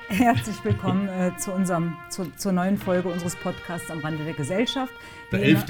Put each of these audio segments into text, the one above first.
Herzlich willkommen zur neuen Folge unseres Podcasts Am Rande der Gesellschaft. Der 11.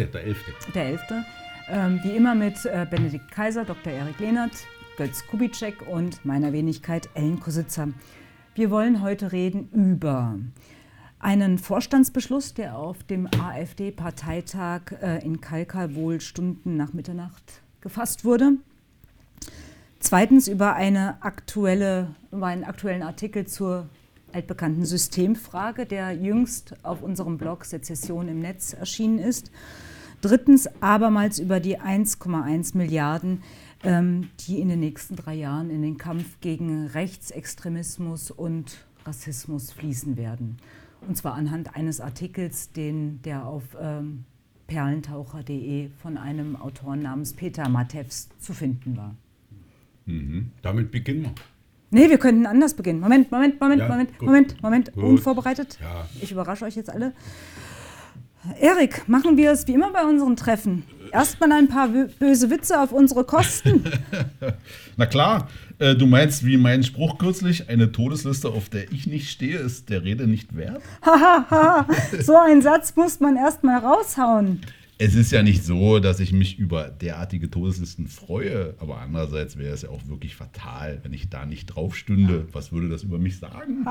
Wie immer mit Benedikt Kaiser, Dr. Erik Lehnert, Götz Kubitschek und meiner Wenigkeit Ellen Kositzer. Wir wollen heute reden über einen Vorstandsbeschluss, der auf dem AfD-Parteitag in Kalkar wohl Stunden nach Mitternacht gefasst wurde. Zweitens über einen aktuellen Artikel zur altbekannten Systemfrage, der jüngst auf unserem Blog Sezession im Netz erschienen ist. Drittens abermals über die 1,1 Milliarden, die in den nächsten 3 Jahren in den Kampf gegen Rechtsextremismus und Rassismus fließen werden. Und zwar anhand eines Artikels, der auf perlentaucher.de von einem Autoren namens Peter Matevs zu finden war. Damit beginnen wir. Nee, wir könnten anders beginnen. Moment. Gut. Unvorbereitet. Ja. Ich überrasche euch jetzt alle. Erik, machen wir es wie immer bei unseren Treffen. Erstmal ein paar böse Witze auf unsere Kosten. Na klar, du meinst wie mein Spruch kürzlich, eine Todesliste, auf der ich nicht stehe, ist der Rede nicht wert? Hahaha, so einen Satz muss man erstmal raushauen. Es ist ja nicht so, dass ich mich über derartige Todeslisten freue, aber andererseits wäre es ja auch wirklich fatal, wenn ich da nicht drauf stünde. Was würde das über mich sagen?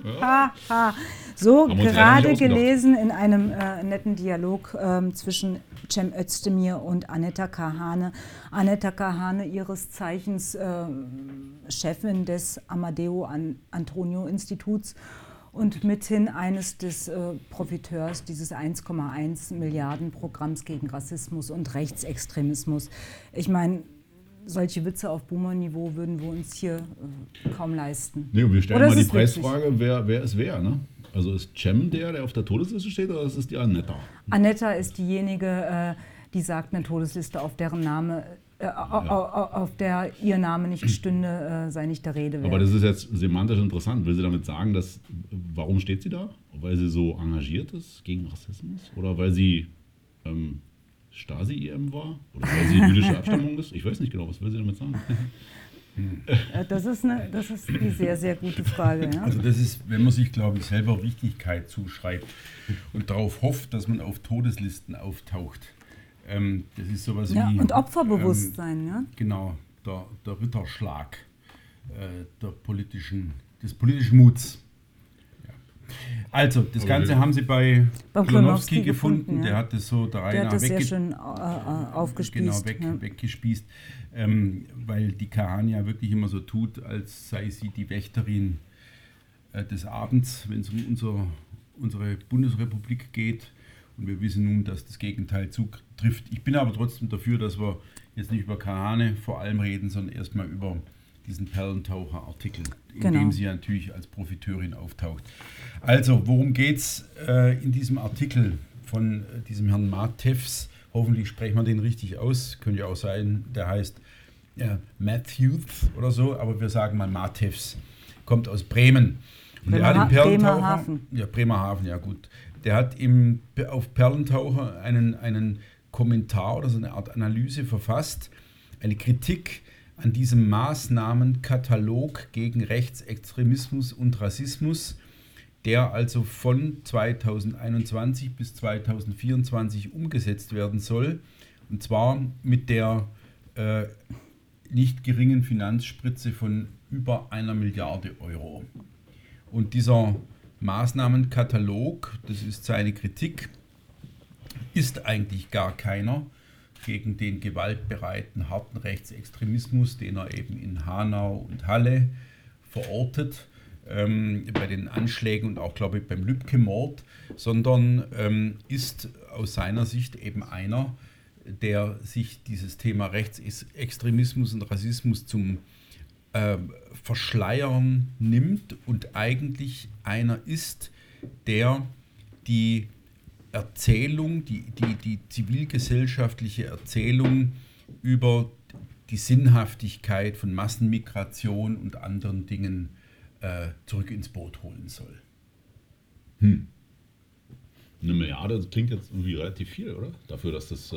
So gerade gelesen in einem netten Dialog zwischen Cem Özdemir und Aneta Kahane. Aneta Kahane, ihres Zeichens Chefin des Amadeo Antonio Instituts und mithin eines des Profiteurs dieses 1,1 Milliarden Programms gegen Rassismus und Rechtsextremismus. Ich meine, solche Witze auf Boomer-Niveau würden wir uns hier kaum leisten. Nee, wir stellen mal die Preisfrage, wer ist wer, ne? Also ist Cem der auf der Todesliste steht, oder ist es die Aneta? Aneta ist diejenige, die sagt, eine Todesliste, auf deren Name auf der ihr Name nicht stünde, sei nicht der Rede wert. Aber das ist jetzt semantisch interessant. Will sie damit sagen, warum steht sie da? Weil sie so engagiert ist gegen Rassismus? Oder weil sie Stasi-IM war? Oder weil sie jüdische Abstammung ist? Ich weiß nicht genau, was will sie damit sagen? Das ist eine sehr, sehr gute Frage. Ja? Also das ist, wenn man sich, glaube ich, selber Richtigkeit zuschreibt und darauf hofft, dass man auf Todeslisten auftaucht. Das ist sowas wie... Und Opferbewusstsein, ja? Genau, der Ritterschlag des politischen Muts. Ja. Also, das Ganze haben sie bei Klonowski gefunden. Ja. Der hat das so der hat sehr schön aufgespießt. Genau, weggespießt. Weil die Kahane ja wirklich immer so tut, als sei sie die Wächterin des Abends, wenn es um unsere Bundesrepublik geht. Und wir wissen nun, dass das Gegenteil zutrifft. Ich bin aber trotzdem dafür, dass wir jetzt nicht über Kahane vor allem reden, sondern erstmal über diesen Perlentaucher-Artikel, in dem sie ja natürlich als Profiteurin auftaucht. Also, worum geht es in diesem Artikel von diesem Herrn Matevs? Hoffentlich sprechen wir den richtig aus. Könnte ja auch sein, der heißt Matthews oder so, aber wir sagen mal Matevs. Kommt aus Bremen. Und der hat im Bremerhaven. Ja, Bremerhaven, ja gut. Der hat auf Perlentaucher einen Kommentar oder so eine Art Analyse verfasst, eine Kritik an diesem Maßnahmenkatalog gegen Rechtsextremismus und Rassismus, der also von 2021 bis 2024 umgesetzt werden soll, und zwar mit der nicht geringen Finanzspritze von über 1 Milliarde Euro. Und dieser Maßnahmenkatalog, das ist seine Kritik, ist eigentlich gar keiner gegen den gewaltbereiten, harten Rechtsextremismus, den er eben in Hanau und Halle verortet, bei den Anschlägen und auch, glaube ich, beim Lübcke-Mord, sondern ist aus seiner Sicht eben einer, der sich dieses Thema Rechtsextremismus und Rassismus zum Verschleiern nimmt und eigentlich einer ist, der die Erzählung, die zivilgesellschaftliche Erzählung über die Sinnhaftigkeit von Massenmigration und anderen Dingen zurück ins Boot holen soll. 1 Milliarde, das klingt jetzt irgendwie relativ viel, oder? Dafür, dass das...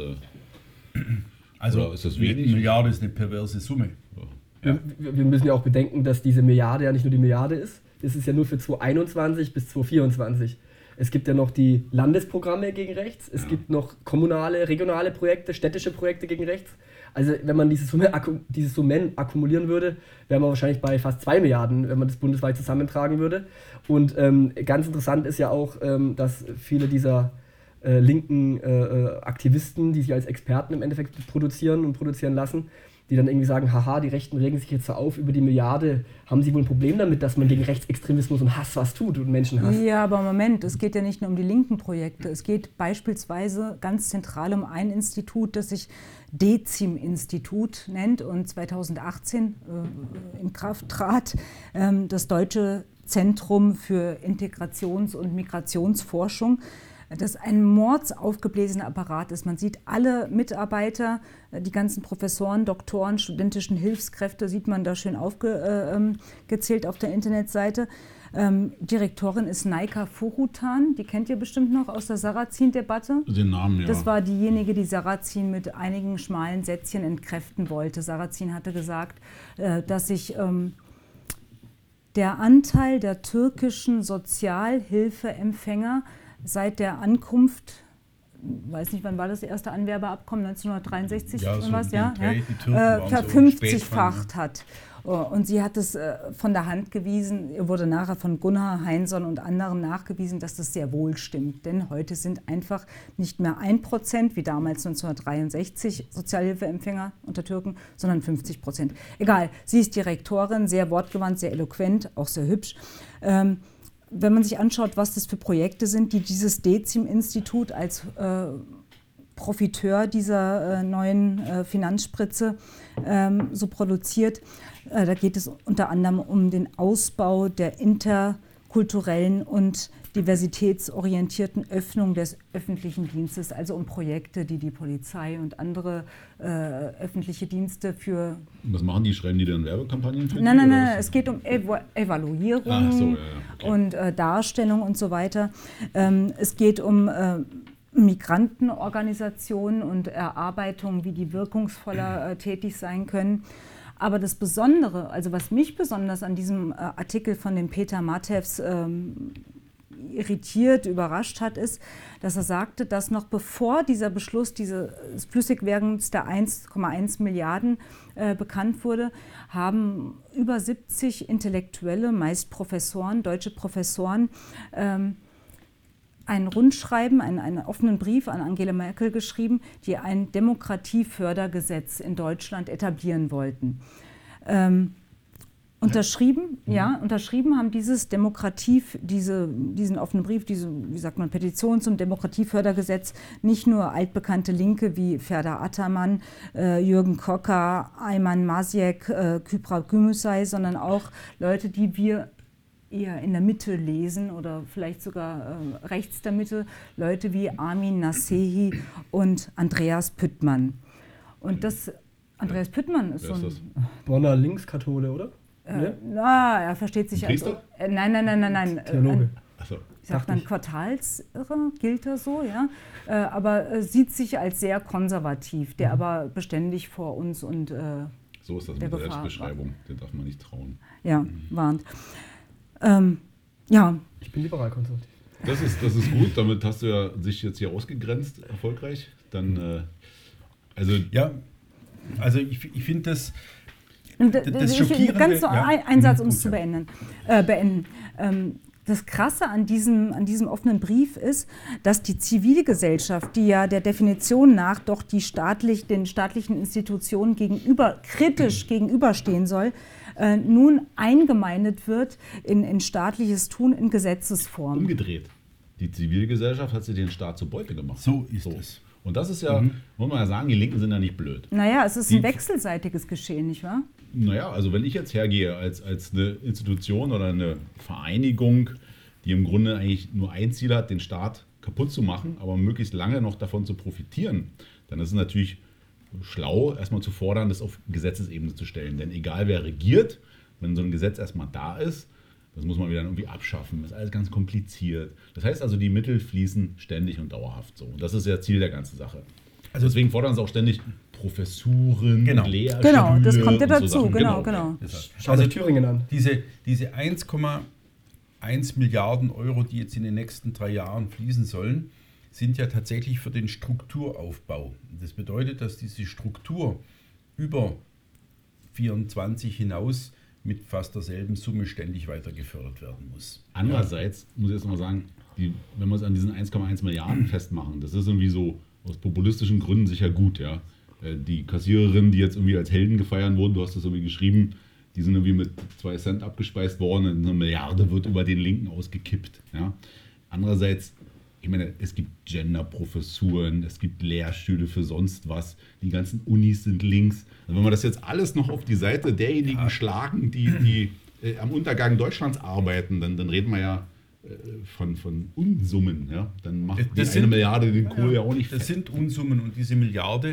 Also ist das wenig? 1 Milliarde ist eine perverse Summe. Ja. Wir müssen ja auch bedenken, dass diese Milliarde ja nicht nur die Milliarde ist, das ist ja nur für 2021 bis 2024. Es gibt ja noch die Landesprogramme gegen rechts, es gibt noch kommunale, regionale Projekte, städtische Projekte gegen rechts. Also wenn man diese Summen akkumulieren würde, wäre man wahrscheinlich bei fast 2 Milliarden, wenn man das bundesweit zusammentragen würde. Und ganz interessant ist ja auch, dass viele dieser linken Aktivisten, die sich als Experten im Endeffekt produzieren lassen, die dann irgendwie sagen, haha, die Rechten regen sich jetzt so auf über die Milliarde. Haben sie wohl ein Problem damit, dass man gegen Rechtsextremismus und Hass was tut und Menschenhass? Ja, aber Moment, es geht ja nicht nur um die linken Projekte. Es geht beispielsweise ganz zentral um ein Institut, das sich DECIM-Institut nennt und 2018 in Kraft trat, das Deutsche Zentrum für Integrations- und Migrationsforschung, das ein mordsaufgebläsener Apparat ist. Man sieht alle Mitarbeiter, die ganzen Professoren, Doktoren, studentischen Hilfskräfte, sieht man da schön aufgezählt auf der Internetseite. Direktorin ist Naika Forutan, die kennt ihr bestimmt noch aus der Sarrazin-Debatte. Den Namen, ja. Das war diejenige, die Sarrazin mit einigen schmalen Sätzchen entkräften wollte. Sarrazin hatte gesagt, dass sich der Anteil der türkischen Sozialhilfeempfänger seit der Ankunft, weiß nicht, wann war das erste Anwerbeabkommen, 1963 ja, oder so was, ja, verfünfzigfacht hat. Und sie hat es von der Hand gewiesen, ihr wurde nachher von Gunnar Heinsohn und anderen nachgewiesen, dass das sehr wohl stimmt. Denn heute sind einfach nicht mehr 1%, wie damals 1963 Sozialhilfeempfänger unter Türken, sondern 50%. Egal, sie ist Direktorin, sehr wortgewandt, sehr eloquent, auch sehr hübsch. Wenn man sich anschaut, was das für Projekte sind, die dieses DECIM-Institut als Profiteur dieser neuen Finanzspritze so produziert, da geht es unter anderem um den Ausbau der interkulturellen und diversitätsorientierten Öffnung des öffentlichen Dienstes, also um Projekte, die die Polizei und andere öffentliche Dienste für... Was machen die? Schreiben die dann Werbekampagnen für Nein, es geht um Evaluierung okay. und Darstellung und so weiter. Es geht um Migrantenorganisationen und Erarbeitungen, wie die wirkungsvoller tätig sein können. Aber das Besondere, also was mich besonders an diesem Artikel von dem Peter Matevs irritiert, überrascht hat, ist, dass er sagte, dass noch bevor dieser Beschluss dieses Flüssigwerdens der 1,1 Milliarden bekannt wurde, haben über 70 Intellektuelle, meist Professoren, deutsche Professoren, ein Rundschreiben, einen offenen Brief an Angela Merkel geschrieben, die ein Demokratiefördergesetz in Deutschland etablieren wollten. Unterschrieben haben diesen offenen Brief, diese, Petition zum Demokratiefördergesetz nicht nur altbekannte Linke wie Ferda Ataman, Jürgen Kocker, Ayman Masiek, Kübra Gümüşay, sondern auch Leute, die wir eher in der Mitte lesen oder vielleicht sogar rechts der Mitte, Leute wie Armin Nasehi und Andreas Püttmann. Und Andreas Püttmann ist so ein... Bonner Linkskathole, oder? Er versteht sich als... Nein. Theologe. Sagt man Quartalsirre, gilt er so, ja? Aber sieht sich als sehr konservativ, der aber beständig vor uns und so ist das mit der Selbstbeschreibung, den darf man nicht trauen. Ja, warnt. Ich bin liberal konservativ. Das ist gut, damit hast du ja sich jetzt hier ausgegrenzt, erfolgreich. Dann, ich finde das Schockierende... Ganz so ein Satz, um es zu beenden. Das Krasse an diesem offenen Brief ist, dass die Zivilgesellschaft, die ja der Definition nach doch den staatlichen Institutionen kritisch gegenüberstehen soll, nun eingemeindet wird in staatliches Tun in Gesetzesform. Umgedreht. Die Zivilgesellschaft hat sich den Staat zur Beute gemacht. So ist es. Und das ist ja, muss man ja sagen, die Linken sind ja nicht blöd. Naja, es ist ein wechselseitiges Geschehen, nicht wahr? Naja, also wenn ich jetzt hergehe als eine Institution oder eine Vereinigung, die im Grunde eigentlich nur ein Ziel hat, den Staat kaputt zu machen, aber möglichst lange noch davon zu profitieren, dann ist es natürlich schlau, erstmal zu fordern, das auf Gesetzesebene zu stellen. Denn egal wer regiert, wenn so ein Gesetz erstmal da ist, das muss man wieder irgendwie abschaffen. Das ist alles ganz kompliziert. Das heißt also, die Mittel fließen ständig und dauerhaft so. Und das ist ja Ziel der ganzen Sache. Also deswegen fordern sie auch ständig Professuren, Lehrstühle. Genau, das kommt ja dazu. So genau. Schau dir Thüringen an. Diese 1,1 1 Milliarden Euro, die jetzt in den nächsten 3 Jahren fließen sollen, sind ja tatsächlich für den Strukturaufbau. Das bedeutet, dass diese Struktur über 24 hinaus mit fast derselben Summe ständig weiter gefördert werden muss. Andererseits muss ich jetzt mal sagen, wenn wir es an diesen 1,1 Milliarden festmachen, das ist irgendwie so aus populistischen Gründen sicher gut. Ja? Die Kassiererinnen, die jetzt irgendwie als Helden gefeiert wurden, du hast das irgendwie geschrieben, die sind irgendwie mit 2 Cent abgespeist worden und eine Milliarde wird über den Linken ausgekippt. Ja? Andererseits, ich meine, es gibt Gender-Professuren, es gibt Lehrstühle für sonst was, die ganzen Unis sind links. Also wenn wir das jetzt alles noch auf die Seite derjenigen schlagen, die am Untergang Deutschlands arbeiten, dann reden wir ja von Unsummen. Ja? Dann macht die 1 Milliarde den Kohl ja auch nicht fett. Das sind Unsummen und diese Milliarde,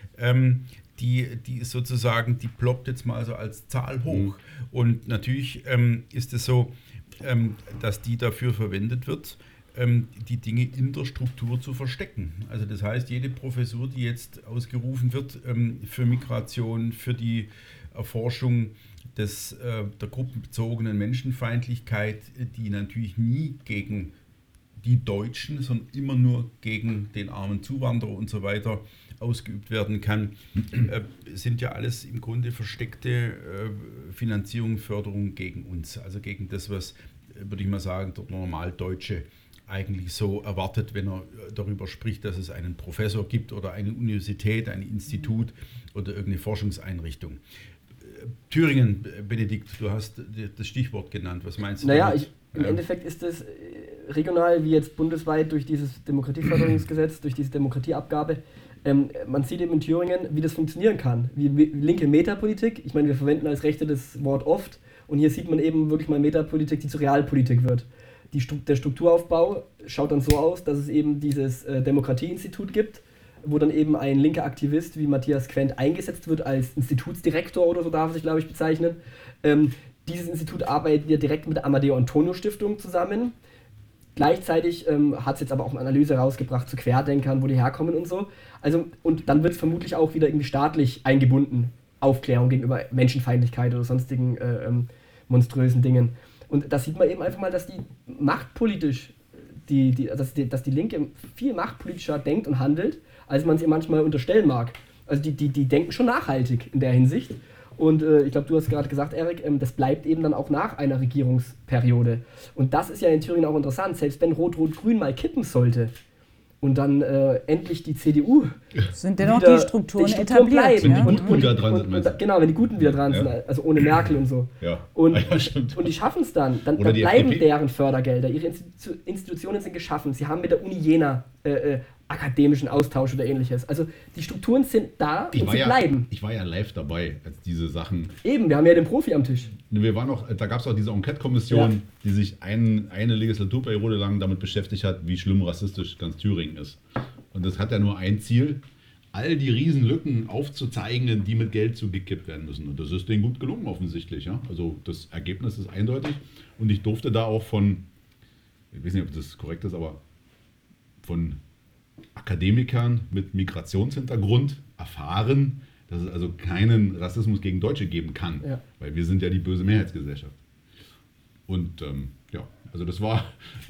die ist sozusagen, die ploppt jetzt mal so als Zahl hoch. Und natürlich ist es so, dass die dafür verwendet wird, die Dinge in der Struktur zu verstecken. Also das heißt, jede Professur, die jetzt ausgerufen wird für Migration, für die Erforschung der gruppenbezogenen Menschenfeindlichkeit, die natürlich nie gegen die Deutschen, sondern immer nur gegen den armen Zuwanderer und so weiter ausgeübt werden kann, sind ja alles im Grunde versteckte Finanzierung, Förderung gegen uns. Also gegen das, was, würde ich mal sagen, der Normaldeutsche eigentlich so erwartet, wenn er darüber spricht, dass es einen Professor gibt oder eine Universität, ein Institut oder irgendeine Forschungseinrichtung. Thüringen, Benedikt, du hast das Stichwort genannt. Was meinst du? Naja, im Endeffekt ist es regional wie jetzt bundesweit durch dieses Demokratieförderungsgesetz, durch diese Demokratieabgabe. Man sieht eben in Thüringen, wie das funktionieren kann. Wie linke Metapolitik, ich meine, wir verwenden als Rechte das Wort oft und hier sieht man eben wirklich mal Metapolitik, die zur Realpolitik wird. Der Strukturaufbau schaut dann so aus, dass es eben dieses Demokratieinstitut gibt, wo dann eben ein linker Aktivist wie Matthias Quent eingesetzt wird als Institutsdirektor oder so darf er sich, glaube ich, bezeichnen. Dieses Institut arbeitet ja direkt mit der Amadeo Antonio Stiftung zusammen. Gleichzeitig hat es jetzt aber auch eine Analyse rausgebracht zu Querdenkern, wo die herkommen und so. Also, und dann wird es vermutlich auch wieder irgendwie staatlich eingebunden, Aufklärung gegenüber Menschenfeindlichkeit oder sonstigen monströsen Dingen. Und da sieht man eben einfach mal, dass die machtpolitisch, dass die Linke viel machtpolitischer denkt und handelt, als man es ihr manchmal unterstellen mag. Also die denken schon nachhaltig in der Hinsicht. Und ich glaube, du hast gerade gesagt, Erik, das bleibt eben dann auch nach einer Regierungsperiode. Und das ist ja in Thüringen auch interessant, selbst wenn Rot-Rot-Grün mal kippen sollte und dann endlich die CDU sind dennoch die Strukturen etabliert. Wenn die Guten wieder dran sind. Genau, wenn die Guten wieder dran sind, also ohne Merkel und so. Ja. Und die schaffen es dann bleiben deren Fördergelder, ihre Institutionen sind geschaffen, sie haben mit der Uni Jena akademischen Austausch oder ähnliches. Also die Strukturen sind da und sie bleiben. Ich war ja live dabei, als diese Sachen... Eben, wir haben ja den Profi am Tisch. Da gab es auch diese Enquete-Kommission, die sich eine Legislaturperiode lang damit beschäftigt hat, wie schlimm rassistisch ganz Thüringen ist. Und das hat ja nur ein Ziel, all die Riesenlücken aufzuzeigen, die mit Geld zugekippt werden müssen. Und das ist denen gut gelungen offensichtlich. Ja? Also das Ergebnis ist eindeutig. Und ich durfte da auch ich weiß nicht, ob das korrekt ist, aber von Akademikern mit Migrationshintergrund erfahren, dass es also keinen Rassismus gegen Deutsche geben kann, weil wir sind ja die böse Mehrheitsgesellschaft. Und also das war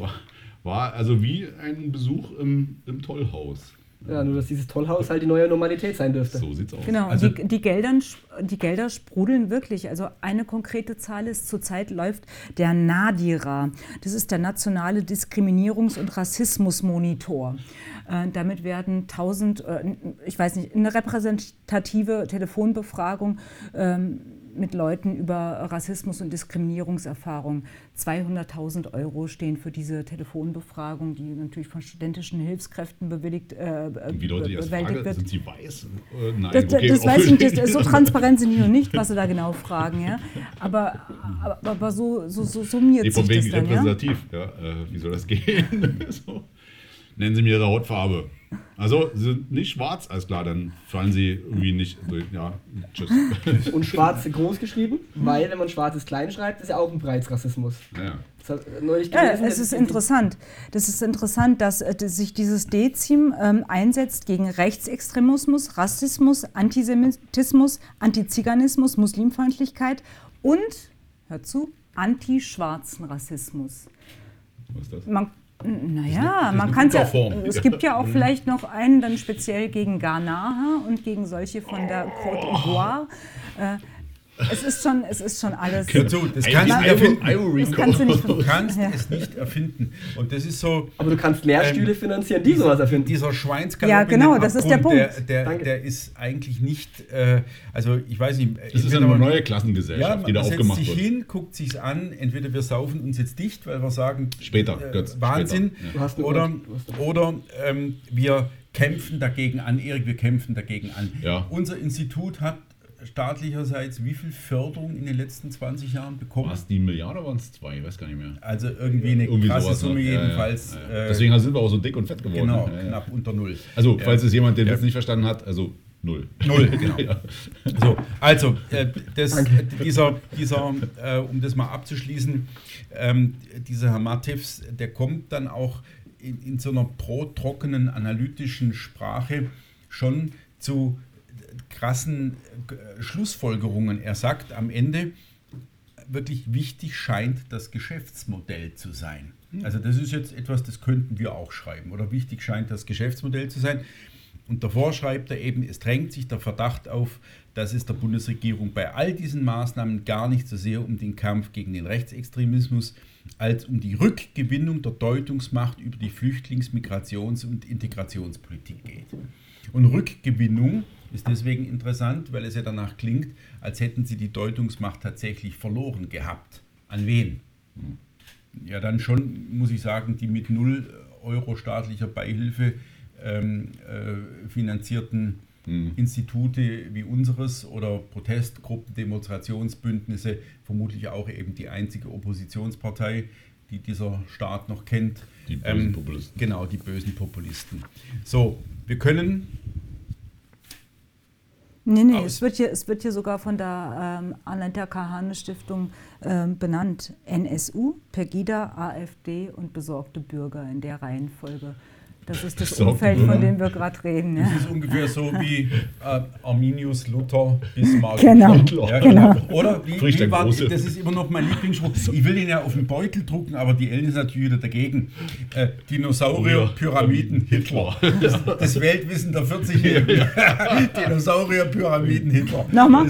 also wie ein Besuch im Tollhaus. Ja, nur dass dieses Tollhaus halt die neue Normalität sein dürfte. So sieht's aus. Genau, also die Gelder sprudeln wirklich. Also eine konkrete Zahl ist, zurzeit läuft der NADIRA. Das ist der Nationale Diskriminierungs- und Rassismusmonitor. Damit werden 1000, eine repräsentative Telefonbefragung mit Leuten über Rassismus und Diskriminierungserfahrung. 200.000 € stehen für diese Telefonbefragung, die natürlich von studentischen Hilfskräften bewältigt Wie Leute die erst fragen, sind sie weiß? Nein, das weiß ich nicht, so transparent sind die noch nicht, was sie da genau fragen. Ja? Aber so summiert sich von wegen das dann. Repräsentativ, ja? Wie soll das gehen? So. Nennen Sie mir Ihre Hautfarbe. Also, Sie sind nicht schwarz, alles klar, dann fallen Sie irgendwie nicht. Ja, tschüss. Und schwarz groß geschrieben, weil wenn man schwarzes klein schreibt, ist ja auch ein Bereitsrassismus. Ja. Es ist interessant. Das ist interessant, dass sich dieses Dezim einsetzt gegen Rechtsextremismus, Rassismus, Antisemitismus, Antiziganismus, Muslimfeindlichkeit und, hör zu, anti-schwarzen Rassismus. Was ist das? Man eine kann es ja, Unterform. es gibt ja auch vielleicht noch einen dann speziell gegen Ghanaer und gegen solche von der Côte d'Ivoire. Es ist schon alles. Das kannst du erfinden. Das kannst du nicht Du kannst es nicht erfinden. Und das ist so. Aber du kannst Lehrstühle finanzieren, die sowas erfinden. Dieser Schweinsgalopp. Ja, genau, in den das ist der Abgrund, Punkt. Der ist eigentlich nicht. Also, ich weiß nicht. Das ist eine neue Klassengesellschaft, die da aufgemacht setzt wird. sich hin, guckt sich's an. Entweder wir saufen uns jetzt dicht, weil wir sagen. Später, Götz, Wahnsinn. später. Du hast einen Oder, Grund. oder wir kämpfen dagegen an. Erik, wir kämpfen dagegen an. Ja. Unser Institut hat staatlicherseits wie viel Förderung in den letzten 20 Jahren bekommen? War es die Milliarde oder waren es 2? Ich weiß gar nicht mehr. Also irgendwie eine krasse sowas, Summe ne? jedenfalls. Ja. Deswegen sind wir auch so dick und fett geworden. Genau, ne? knapp unter 0. Also, falls es jemand den Witz nicht verstanden hat, also 0. 0, genau. Ja. So, also, um das mal abzuschließen, dieser Herr Matevs, der kommt dann auch in so einer trockenen analytischen Sprache schon zu krassen Schlussfolgerungen. Er sagt am Ende, wirklich wichtig scheint das Geschäftsmodell zu sein. Also das ist jetzt etwas, das könnten wir auch schreiben. Oder wichtig scheint das Geschäftsmodell zu sein. Und davor schreibt er eben, es drängt sich der Verdacht auf, dass es der Bundesregierung bei all diesen Maßnahmen gar nicht so sehr um den Kampf gegen den Rechtsextremismus als um die Rückgewinnung der Deutungsmacht über die Flüchtlings-, Migrations- und Integrationspolitik geht. Und Rückgewinnung ist deswegen interessant, weil es ja danach klingt, als hätten sie die Deutungsmacht tatsächlich verloren gehabt. An wen? Ja, dann schon, muss ich sagen, die mit 0 Euro staatlicher Beihilfe finanzierten Institute wie unseres oder Protestgruppen, Demonstrationsbündnisse, vermutlich auch eben die einzige Oppositionspartei, die dieser Staat noch kennt. Die bösen Populisten. Genau, die bösen Populisten. So, wir können... Nee, es wird hier sogar von der Anita Kahane Stiftung benannt. NSU, Pegida, AfD und besorgte Bürger in der Reihenfolge. Das ist das Besorgte Umfeld, Bürger? von dem wir gerade reden. Ja. Das ist ungefähr so wie Arminius, Luther, Bismarck. Genau, Ja, genau. Oder Friedrich der wie war, Große. das ist immer noch mein Lieblingsspruch. Ich will den ja auf den Beutel drucken, aber die Ellen ist natürlich wieder dagegen. Dinosaurier, Pyramiden, Hitler. Das Weltwissen der 40-Jährigen. Dinosaurier, Pyramiden, Hitler. Nochmal?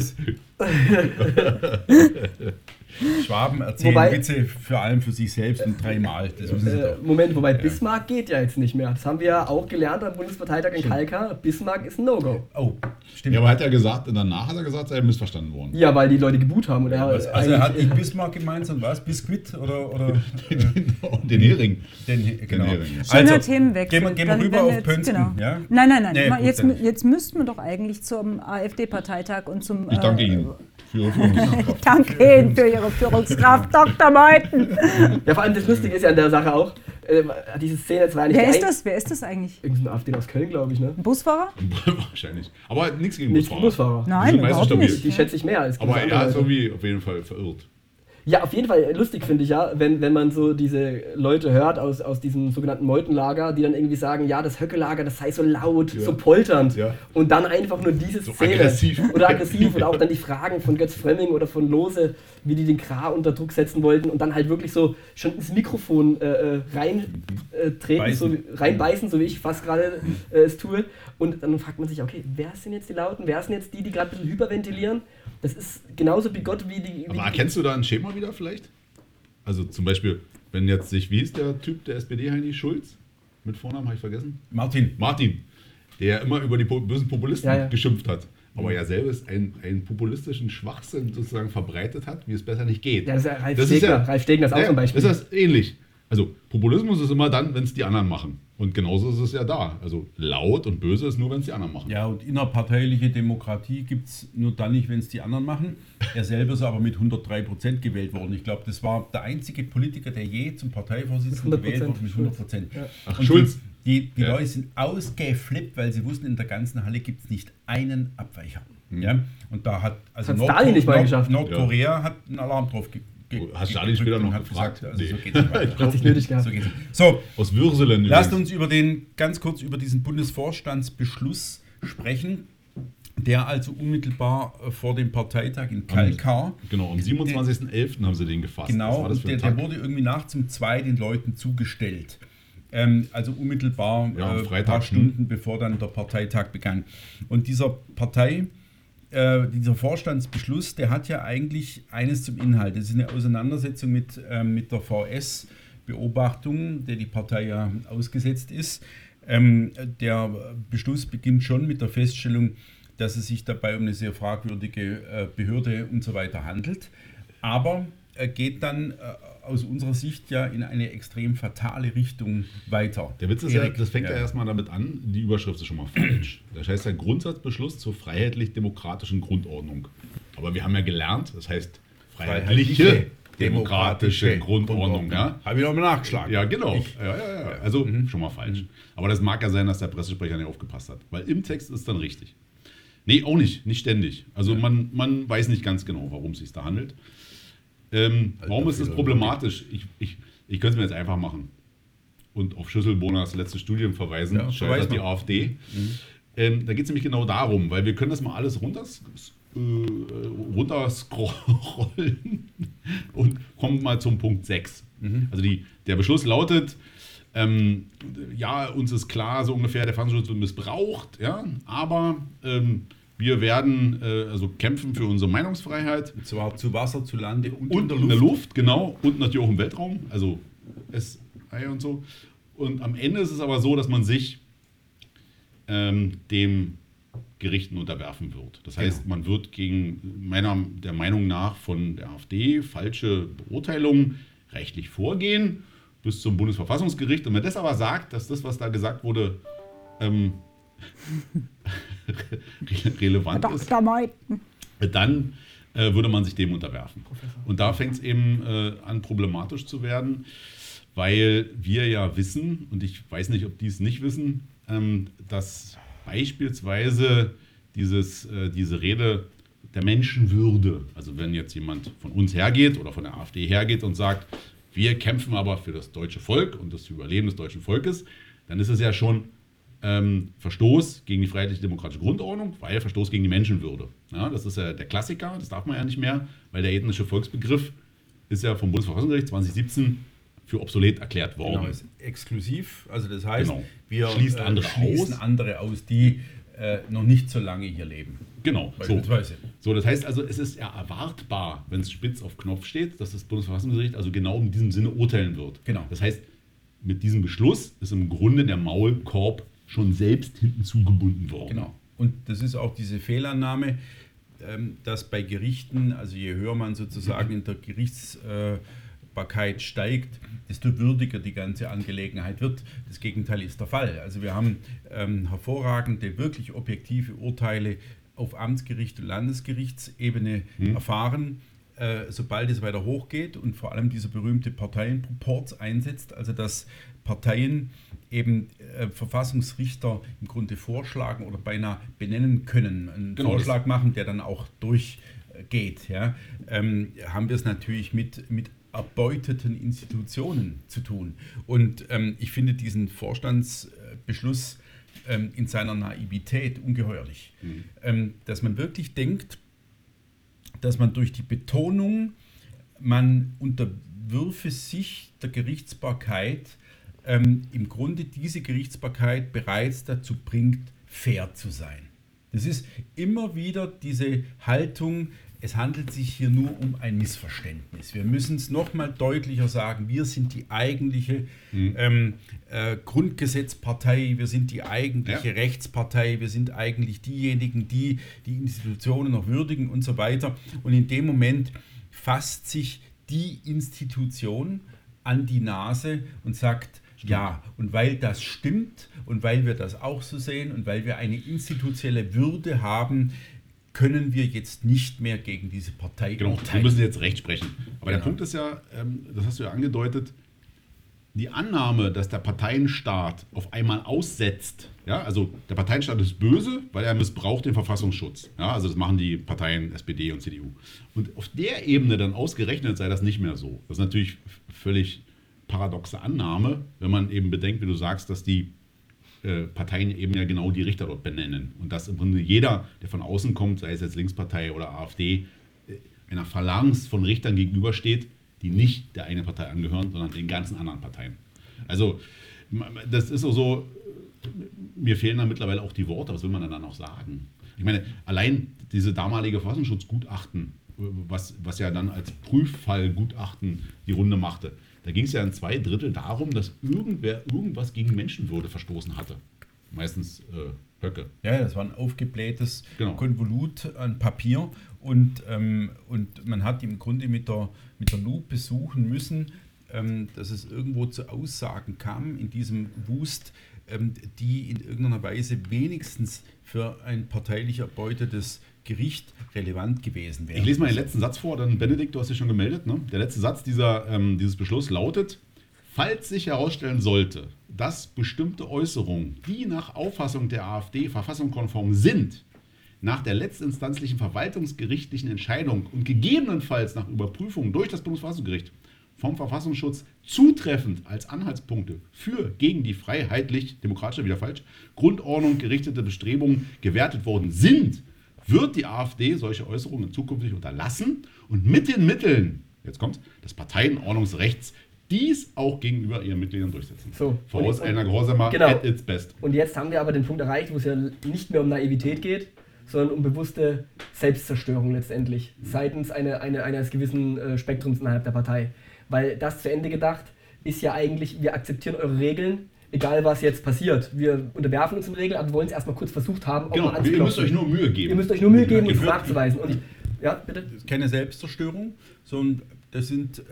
Schwaben erzählen Witze vor allem für sich selbst und 3-mal. Das wissen Sie doch. Moment, wobei Bismarck geht ja jetzt nicht mehr. Das haben wir ja auch gelernt am Bundesparteitag in Kalkar. Bismarck ist ein No-Go. Oh, stimmt. Ja, aber hat er gesagt, danach hat er gesagt, sei missverstanden worden. Ja, weil die Leute geboot haben. Und Also er hat nicht Bismarck gemeint, sondern was? Biskuit oder Den Hering. Genau. Hering. Schöner Themenwechsel. Gehen wir Dann, rüber wenn wir auf Pönsken. Genau. Ja? Nein. Nee, gut, jetzt, dann. jetzt müssten wir doch eigentlich zum AfD-Parteitag und zum... Ich danke Ihnen für Ihre Führungskraft. Danke Ihnen für Ihre Führungskraft, Dr. Meuthen. Ja, vor allem das Lustige ist ja an der Sache auch, diese Szene, das war ja nicht Wer ist das eigentlich? Irgendein AfD aus Köln, glaube ich, ne? Ein Busfahrer? Wahrscheinlich. Aber nichts gegen Nicht Busfahrer. Busfahrer. Die Nein, sind meistens überhaupt stabil. nicht. Die schätze ich mehr als Aber gewisse er hat andere. irgendwie auf jeden Fall verirrt. Ja, auf jeden Fall lustig finde ich ja, wenn man so diese Leute hört aus diesem sogenannten Meutenlager, die dann irgendwie sagen, ja, das Höcke-Lager, das sei so laut, Ja. so polternd. Ja. Und dann einfach nur diese So Szene. aggressiv. Oder aggressiv. Oder auch dann die Fragen von Götz Frömming oder von Lose, wie die den Kra unter Druck setzen wollten und dann halt wirklich so schon ins Mikrofon reinbeißen, so wie ich fast gerade es tue. Und dann fragt man sich, okay, wer sind jetzt die Lauten? Wer sind jetzt die gerade ein bisschen hyperventilieren? Das ist genauso bigott wie die... Aber erkennst du da ein Schema wieder vielleicht? Also zum Beispiel, wenn jetzt sich, wie hieß der Typ der SPD, Heini Schulz? Mit Vornamen habe ich vergessen. Martin, der immer über die bösen Populisten geschimpft hat. Aber ja selbst einen populistischen Schwachsinn sozusagen verbreitet hat, wie es besser nicht geht. Ja, das ist ja Ralf Stegner ist auch so ein Beispiel. Das ist ähnlich. Also Populismus ist immer dann, wenn es die anderen machen. Und genauso ist es ja da. Also laut und böse ist nur, wenn es die anderen machen. Ja, und innerparteiliche Demokratie gibt es nur dann nicht, wenn es die anderen machen. Er selber ist aber mit 103% gewählt worden. Ich glaube, das war der einzige Politiker, der je zum Parteivorsitzenden gewählt wurde mit 100%. Ja. Ach, und Schulz. Die Leute sind ausgeflippt, weil sie wussten, in der ganzen Halle gibt es nicht einen Abweicher. Ja? Und da hat Stalin nicht mal geschafft. Nordkorea hat einen Alarm drauf Hat Stalin später noch hat gefragt? gesagt, also Nee. so geht's nicht weiter. Hat sich nötig gehabt. So geht's nicht. So, Aus Würselen lasst übrigens. uns ganz kurz über diesen Bundesvorstandsbeschluss sprechen. der also unmittelbar vor dem Parteitag in Kalkar. Genau, am 27.11. haben sie den gefasst. Genau, und der wurde irgendwie nachts um 2 den Leuten zugestellt. Also unmittelbar ein paar Stunden bevor dann der Parteitag begann. Und dieser Vorstandsbeschluss, der hat ja eigentlich eines zum Inhalt. Das ist eine Auseinandersetzung mit der VS-Beobachtung, der die Partei ja ausgesetzt ist. Der Beschluss beginnt schon mit der Feststellung, dass es sich dabei um eine sehr fragwürdige Behörde und so weiter handelt. Aber geht dann aus unserer Sicht ja in eine extrem fatale Richtung weiter. Der Witz ist ja, das fängt ja erstmal damit an, die Überschrift ist schon mal falsch. Das heißt ja Grundsatzbeschluss zur freiheitlich-demokratischen Grundordnung. Aber wir haben ja gelernt, das heißt freiheitliche demokratische Grundordnung. Ja? Habe ich nochmal nachgeschlagen. Ja, genau. Ja. Also schon mal falsch. Aber das mag ja sein, dass der Pressesprecher nicht aufgepasst hat. Weil im Text ist es dann richtig. Nee, auch nicht ständig. Also man weiß nicht ganz genau, warum es sich da handelt. Warum ist das problematisch? Ich könnte es mir jetzt einfach machen und auf Schüsselbohners letzte Studien verweisen, scheitert die AfD. Da geht es nämlich genau darum, weil wir können das mal alles runterscrollen und kommen mal zum Punkt 6. Also der Beschluss lautet, uns ist klar, so ungefähr, der Verfassungsschutz wird missbraucht, ja, aber wir werden kämpfen für unsere Meinungsfreiheit. Und zwar zu Wasser, zu Lande und in der Luft. Genau, und natürlich auch im Weltraum, also SI und so. Und am Ende ist es aber so, dass man sich dem Gerichten unterwerfen wird. Das heißt, man wird gegen der Meinung nach von der AfD falsche Beurteilungen rechtlich vorgehen bis zum Bundesverfassungsgericht. Und wenn das aber sagt, dass das, was da gesagt wurde, relevant ist, dann würde man sich dem unterwerfen. Und da fängt es eben an, problematisch zu werden, weil wir ja wissen, und ich weiß nicht, ob die es nicht wissen, dass beispielsweise diese Rede der Menschenwürde, also wenn jetzt jemand von uns hergeht oder von der AfD hergeht und sagt, wir kämpfen aber für das deutsche Volk und das Überleben des deutschen Volkes, dann ist es ja schon Verstoß gegen die freiheitlich-demokratische Grundordnung, weil Verstoß gegen die Menschenwürde. Ja, das ist ja der Klassiker, das darf man ja nicht mehr, weil der ethnische Volksbegriff ist ja vom Bundesverfassungsgericht 2017 für obsolet erklärt worden. Genau, ist exklusiv, also das heißt, wir schließen andere aus, die noch nicht so lange hier leben. Genau, so, das heißt also, es ist ja erwartbar, wenn es spitz auf Knopf steht, dass das Bundesverfassungsgericht also genau in diesem Sinne urteilen wird. Genau. Das heißt, mit diesem Beschluss ist im Grunde der Maulkorb schon selbst hinten zugebunden worden. Genau. Und das ist auch diese Fehlannahme, dass bei Gerichten, also je höher man sozusagen in der Gerichtsbarkeit steigt, desto würdiger die ganze Angelegenheit wird. Das Gegenteil ist der Fall. Also wir haben hervorragende, wirklich objektive Urteile auf Amtsgericht und Landesgerichtsebene erfahren, sobald es weiter hochgeht und vor allem dieser berühmte Parteienproporz einsetzt, also dass Parteien eben Verfassungsrichter im Grunde vorschlagen oder beinahe benennen können, einen Vorschlag machen, der dann auch durchgeht. Ja, haben wir es natürlich mit erbeuteten Institutionen zu tun. Und ich finde diesen Vorstandsbeschluss in seiner Naivität ungeheuerlich. Dass man wirklich denkt, dass man durch die Betonung, man unterwürfe sich der Gerichtsbarkeit, im Grunde diese Gerichtsbarkeit bereits dazu bringt, fair zu sein. Das ist immer wieder diese Haltung, es handelt sich hier nur um ein Missverständnis. Wir müssen es nochmal deutlicher sagen, wir sind die eigentliche Grundgesetzpartei, wir sind die eigentliche Rechtspartei, wir sind eigentlich diejenigen, die die Institutionen noch würdigen und so weiter. Und in dem Moment fasst sich die Institution an die Nase und sagt, ja, und weil das stimmt und weil wir das auch so sehen und weil wir eine institutionelle Würde haben, können wir jetzt nicht mehr gegen diese Partei urteilen. Wir müssen jetzt Recht sprechen. Aber der Punkt ist ja, das hast du ja angedeutet, die Annahme, dass der Parteienstaat auf einmal aussetzt, ja, also der Parteienstaat ist böse, weil er missbraucht den Verfassungsschutz. Ja, also das machen die Parteien SPD und CDU. Und auf der Ebene dann ausgerechnet sei das nicht mehr so. Das ist natürlich völlig paradoxe Annahme, wenn man eben bedenkt, wie du sagst, dass die Parteien eben ja genau die Richter dort benennen. Und dass im Grunde jeder, der von außen kommt, sei es jetzt Linkspartei oder AfD, einer Phalanx von Richtern gegenübersteht, die nicht der eigenen Partei angehören, sondern den ganzen anderen Parteien. Also das ist auch so, mir fehlen da mittlerweile auch die Worte, was will man dann noch sagen? Ich meine, allein diese damalige Verfassungsschutzgutachten, was ja dann als Prüffallgutachten die Runde machte, da ging es ja in 2/3 darum, dass irgendwer irgendwas gegen Menschenwürde verstoßen hatte. Meistens Höcke. Ja, das war ein aufgeblähtes Genau. Konvolut an Papier und man hat im Grunde mit der Lupe suchen müssen, dass es irgendwo zu Aussagen kam in diesem Wust, die in irgendeiner Weise wenigstens für ein parteilich erbeutetes Gericht relevant gewesen wären. Ich lese mal den letzten Satz vor, dann Benedikt, du hast dich schon gemeldet. Ne? Der letzte Satz dieses Beschlusses lautet: Falls sich herausstellen sollte, dass bestimmte Äußerungen, die nach Auffassung der AfD verfassungskonform sind, nach der letztinstanzlichen verwaltungsgerichtlichen Entscheidung und gegebenenfalls nach Überprüfung durch das Bundesverfassungsgericht vom Verfassungsschutz zutreffend als Anhaltspunkte für gegen die freiheitlich-demokratische, wieder falsch, Grundordnung gerichtete Bestrebungen gewertet worden sind, wird die AfD solche Äußerungen zukünftig unterlassen und mit den Mitteln, jetzt kommt's, des Parteienordnungsrechts dies auch gegenüber ihren Mitgliedern durchsetzen. So. Voraus einer Gehorsamer Genau. at its best. Und jetzt haben wir aber den Punkt erreicht, wo es ja nicht mehr um Naivität geht, sondern um bewusste Selbstzerstörung letztendlich seitens eines gewissen Spektrums innerhalb der Partei. Weil das zu Ende gedacht ist ja eigentlich, wir akzeptieren eure Regeln, egal was jetzt passiert. Wir unterwerfen uns den Regeln, aber wir wollen es erstmal kurz versucht haben, ob Genau, man anzuklopfen. ihr müsst euch nur Mühe geben. Ihr müsst euch nur Mühe geben, uns nachzuweisen. Und ja, bitte? Das ist keine Selbstzerstörung, sondern das sind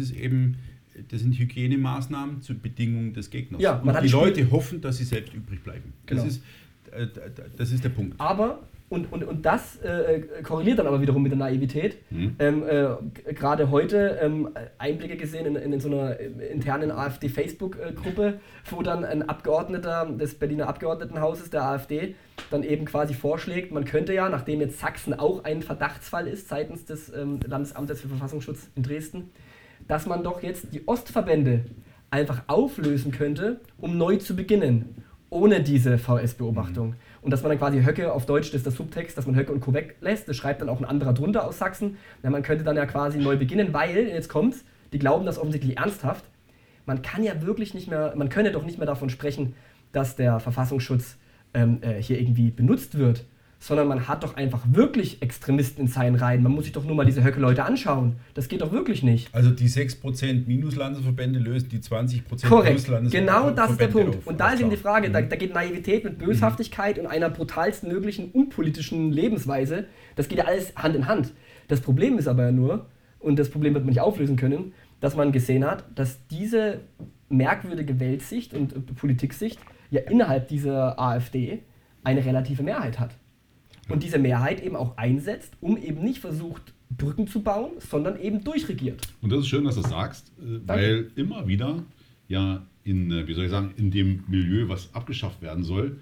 Hygienemaßnahmen zur Bedingung des Gegners. Ja, man und hat die das Spiel- Leute hoffen, dass sie selbst übrig bleiben. Genau. Das ist der Punkt. Aber, und das korreliert dann aber wiederum mit der Naivität. Gerade heute Einblicke gesehen in so einer internen AfD-Facebook-Gruppe, wo dann ein Abgeordneter des Berliner Abgeordnetenhauses der AfD dann eben quasi vorschlägt, man könnte ja, nachdem jetzt Sachsen auch ein Verdachtsfall ist seitens des Landesamtes für Verfassungsschutz in Dresden, dass man doch jetzt die Ostverbände einfach auflösen könnte, um neu zu beginnen, ohne diese VS-Beobachtung. Und dass man dann quasi Höcke, auf Deutsch, das ist der Subtext, dass man Höcke und Co. weglässt, das schreibt dann auch ein anderer drunter aus Sachsen. Ja, man könnte dann ja quasi neu beginnen, weil, jetzt kommt's, die glauben das offensichtlich ernsthaft, man kann ja wirklich nicht mehr, man könne doch nicht mehr davon sprechen, dass der Verfassungsschutz hier irgendwie benutzt wird, sondern man hat doch einfach wirklich Extremisten in seinen Reihen. Man muss sich doch nur mal diese Höcke-Leute anschauen. Das geht doch wirklich nicht. Also die 6% Minuslandesverbände lösen die 20% Korrekt, Pluslandesverbände genau das ist der Punkt. auf. Und da ist eben die Frage, da Mhm. geht Naivität mit Böshaftigkeit und einer brutalsten möglichen unpolitischen Lebensweise, das geht ja alles Hand in Hand. Das Problem ist aber ja nur, und das Problem wird man nicht auflösen können, dass man gesehen hat, dass diese merkwürdige Weltsicht und Politiksicht ja innerhalb dieser AfD eine relative Mehrheit hat. Und diese Mehrheit eben auch einsetzt, um eben nicht versucht, Brücken zu bauen, sondern eben durchregiert. Und das ist schön, dass du das sagst, weil immer wieder ja in dem Milieu, was abgeschafft werden soll,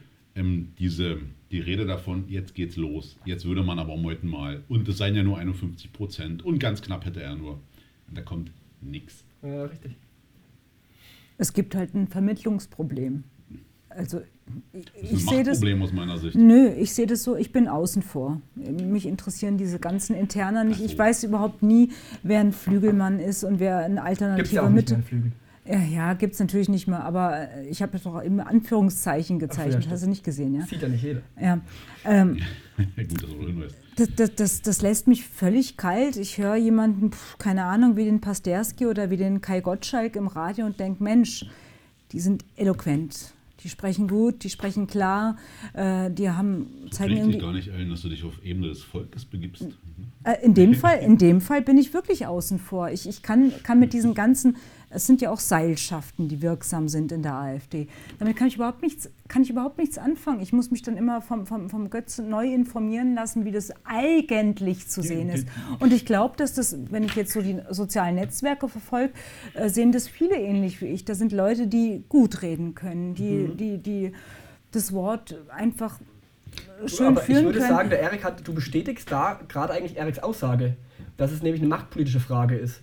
die Rede davon, jetzt geht's los, jetzt würde man aber heute mal, und es seien ja nur 51% und ganz knapp hätte er nur. Und da kommt nichts. Ja, richtig. Es gibt halt ein Vermittlungsproblem. Also Das ich ist sehe ein das. Machtproblem aus meiner Sicht. Nö, ich sehe das so, ich bin außen vor. Mich interessieren diese ganzen Interner nicht. Ich weiß überhaupt nie, wer ein Flügelmann ist und wer ein Gibt es ja alternativer auch nicht Mitte. mehr einen Flügel. Ja, gibt es natürlich nicht mehr, aber ich habe das doch im Anführungszeichen gezeichnet. stimmt. Hast du nicht gesehen, ja? Sieht ja nicht jeder. Ja. Gut, dass du hinweist. Das lässt mich völlig kalt. Ich höre jemanden, keine Ahnung, wie den Pasterski oder wie den Kai Gottschalk im Radio und denke, Mensch, die sind eloquent. Die sprechen gut, die sprechen klar, die haben, zeigen Riecht dich irgendwie. gar nicht ein, dass du dich auf Ebene des Volkes begibst. In dem Fall bin ich wirklich außen vor. Ich kann mit diesen ganzen, es sind ja auch Seilschaften, die wirksam sind in der AfD. Damit kann ich überhaupt nichts anfangen. Ich muss mich dann immer vom Götz neu informieren lassen, wie das eigentlich zu sehen ist. Und ich glaube, dass das, wenn ich jetzt so die sozialen Netzwerke verfolge, sehen das viele ähnlich wie ich. Da sind Leute, die gut reden können, die das Wort einfach schön Aber führen ich würde können. sagen, du bestätigst da gerade eigentlich Eriks Aussage, dass es nämlich eine machtpolitische Frage ist.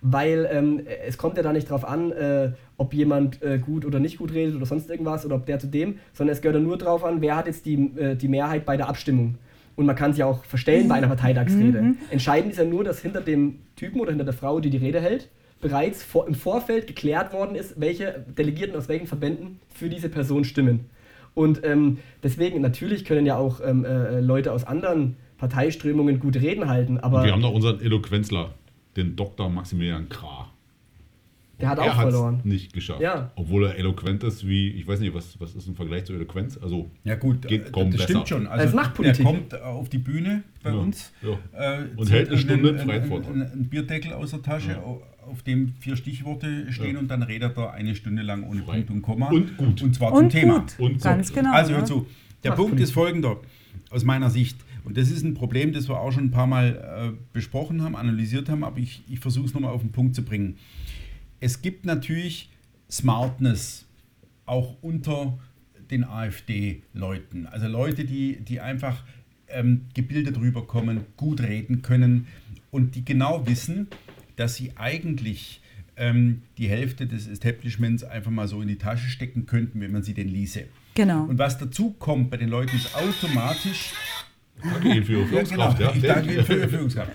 weil es kommt ja da nicht drauf an, ob jemand gut oder nicht gut redet oder sonst irgendwas oder ob der zu dem, sondern es gehört ja nur drauf an, wer hat jetzt die Mehrheit bei der Abstimmung. Und man kann sich auch verstellen bei einer Parteitagsrede. Entscheidend ist ja nur, dass hinter dem Typen oder hinter der Frau, die Rede hält, bereits im Vorfeld geklärt worden ist, welche Delegierten aus welchen Verbänden für diese Person stimmen. Und deswegen, natürlich können ja auch Leute aus anderen Parteiströmungen gut Reden halten, aber... Wir haben noch unseren Eloquenzler, den Dr. Maximilian Krah. Der hat auch verloren. Nicht geschafft. Ja. Obwohl er eloquent ist wie, ich weiß nicht, was ist im Vergleich zur Eloquenz? Also, ja gut, geht kaum das besser. stimmt schon. Also das ist Machtpolitik. Der kommt auf die Bühne bei uns und hält eine Stunde freien Vortrag. Einen Bierdeckel aus der Tasche, auf dem 4 Stichworte stehen und dann redet er eine Stunde lang ohne Punkt und Komma. Und gut. Und zwar zum Thema. Gut. Und ganz genau. Also hör zu, der Punkt ist folgender, aus meiner Sicht. Und das ist ein Problem, das wir auch schon ein paar Mal besprochen haben, analysiert haben, aber ich versuche es nochmal auf den Punkt zu bringen. Es gibt natürlich Smartness auch unter den AfD-Leuten. Also Leute, die einfach gebildet rüberkommen, gut reden können und die genau wissen, dass sie eigentlich die Hälfte des Establishments einfach mal so in die Tasche stecken könnten, wenn man sie denn ließe. Genau. Und was dazu kommt bei den Leuten ist automatisch... Danke Ihnen für Ihre Führungskraft. Ja, genau. Ich danke Ihnen für Ihre Führungskraft.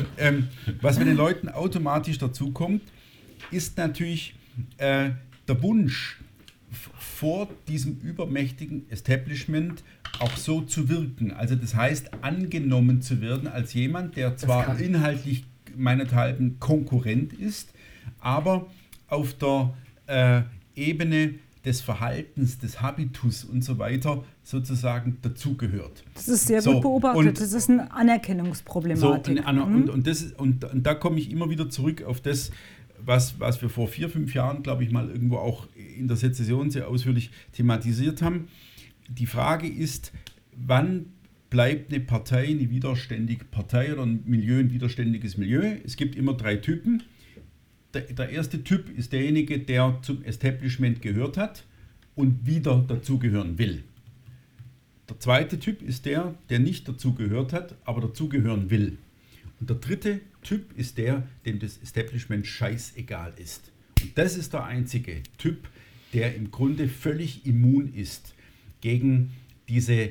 Was bei den Leuten automatisch dazu kommt, ist natürlich der Wunsch, vor diesem übermächtigen Establishment auch so zu wirken. Also das heißt, angenommen zu werden als jemand, der zwar inhaltlich meinethalben Konkurrent ist, aber auf der Ebene des Verhaltens, des Habitus und so weiter sozusagen dazugehört. Das ist sehr gut beobachtet. Das ist eine Anerkennungsproblematik. Und da komme ich immer wieder zurück auf das, was wir vor 4-5 Jahren, glaube ich, mal irgendwo auch in der Sezession sehr ausführlich thematisiert haben. Die Frage ist, wann bleibt eine Partei eine widerständige Partei oder ein Milieu ein widerständiges Milieu? Es gibt immer 3 Typen. Der erste Typ ist derjenige, der zum Establishment gehört hat und wieder dazugehören will. Der zweite Typ ist der nicht dazugehört hat, aber dazugehören will. Und der dritte Typ ist der, dem das Establishment scheißegal ist. Und das ist der einzige Typ, der im Grunde völlig immun ist gegen diese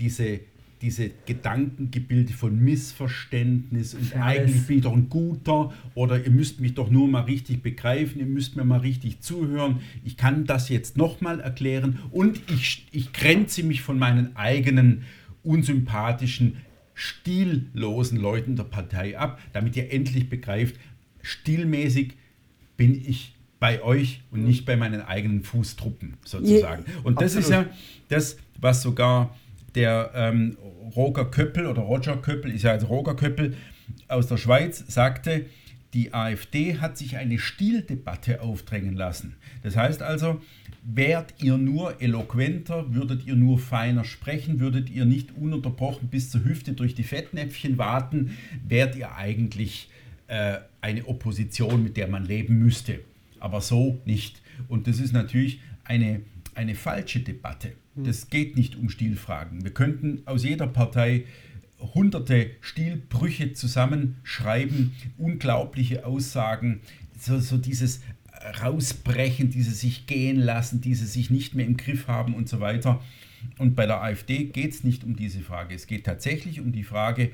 Gedankengebilde von Missverständnis und eigentlich bin ich doch ein Guter oder ihr müsst mich doch nur mal richtig begreifen, ihr müsst mir mal richtig zuhören, ich kann das jetzt nochmal erklären und ich grenze mich von meinen eigenen unsympathischen, stillosen Leuten der Partei ab, damit ihr endlich begreift, stilmäßig bin ich bei euch und nicht bei meinen eigenen Fußtruppen sozusagen. Und das ist ja das, was sogar der Roger Köppel ist ja jetzt Roger Köppel aus der Schweiz, sagte, die AfD hat sich eine Stildebatte aufdrängen lassen. Das heißt also, wärt ihr nur eloquenter, würdet ihr nur feiner sprechen, würdet ihr nicht ununterbrochen bis zur Hüfte durch die Fettnäpfchen warten, wärt ihr eigentlich eine Opposition, mit der man leben müsste. Aber so nicht. Und das ist natürlich eine falsche Debatte. Das geht nicht um Stilfragen. Wir könnten aus jeder Partei hunderte Stilbrüche zusammenschreiben, unglaubliche Aussagen, so dieses Rausbrechen, dieses sich gehen lassen, dieses sich nicht mehr im Griff haben und so weiter. Und bei der AfD geht es nicht um diese Frage. Es geht tatsächlich um die Frage,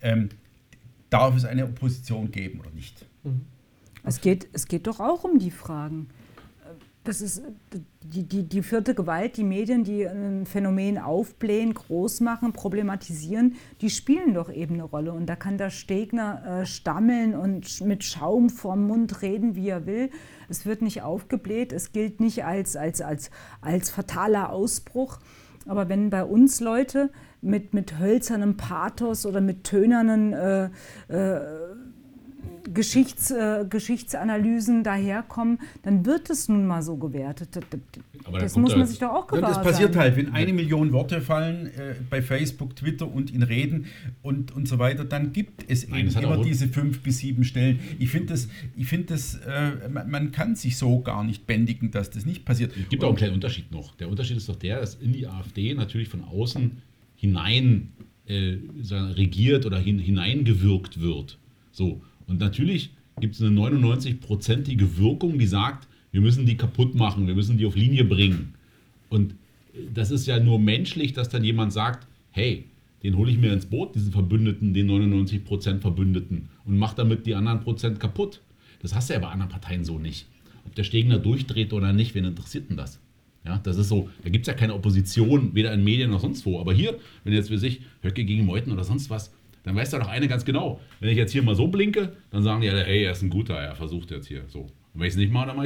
darf es eine Opposition geben oder nicht? Es geht doch auch um die Fragen. Das ist die vierte Gewalt, die Medien, die ein Phänomen aufblähen, groß machen, problematisieren, die spielen doch eben eine Rolle. Und da kann der Stegner stammeln und mit Schaum vorm Mund reden, wie er will. Es wird nicht aufgebläht, es gilt nicht als fataler Ausbruch. Aber wenn bei uns Leute mit hölzernem Pathos oder mit tönernen Geschichtsanalysen daherkommen, dann wird es nun mal so gewertet. Das muss man sich doch auch gewahr sein. Das passiert halt, wenn 1 Million Worte fallen bei Facebook, Twitter und in Reden und so weiter, dann gibt es eben immer diese 5 bis 7 Stellen. Ich finde das, man kann sich so gar nicht bändigen, dass das nicht passiert. Es gibt auch einen kleinen Unterschied noch. Der Unterschied ist doch der, dass in die AfD natürlich von außen hinein regiert oder hineingewirkt wird. So. Und natürlich gibt es eine 99%ige Wirkung, die sagt, wir müssen die kaputt machen, wir müssen die auf Linie bringen. Und das ist ja nur menschlich, dass dann jemand sagt, hey, den hole ich mir ins Boot, diesen Verbündeten, den 99% Verbündeten, und mache damit die anderen Prozent kaputt. Das hast du ja bei anderen Parteien so nicht. Ob der Stegner durchdreht oder nicht, wen interessiert denn das? Ja, das ist so, da gibt es ja keine Opposition, weder in Medien noch sonst wo. Aber hier, wenn jetzt für sich Höcke gegen Meuthen oder sonst was, dann weiß da doch eine ganz genau, wenn ich jetzt hier mal so blinke, dann sagen die alle, hey, er ist ein guter, er versucht jetzt hier so. Und wenn ich es nicht mache,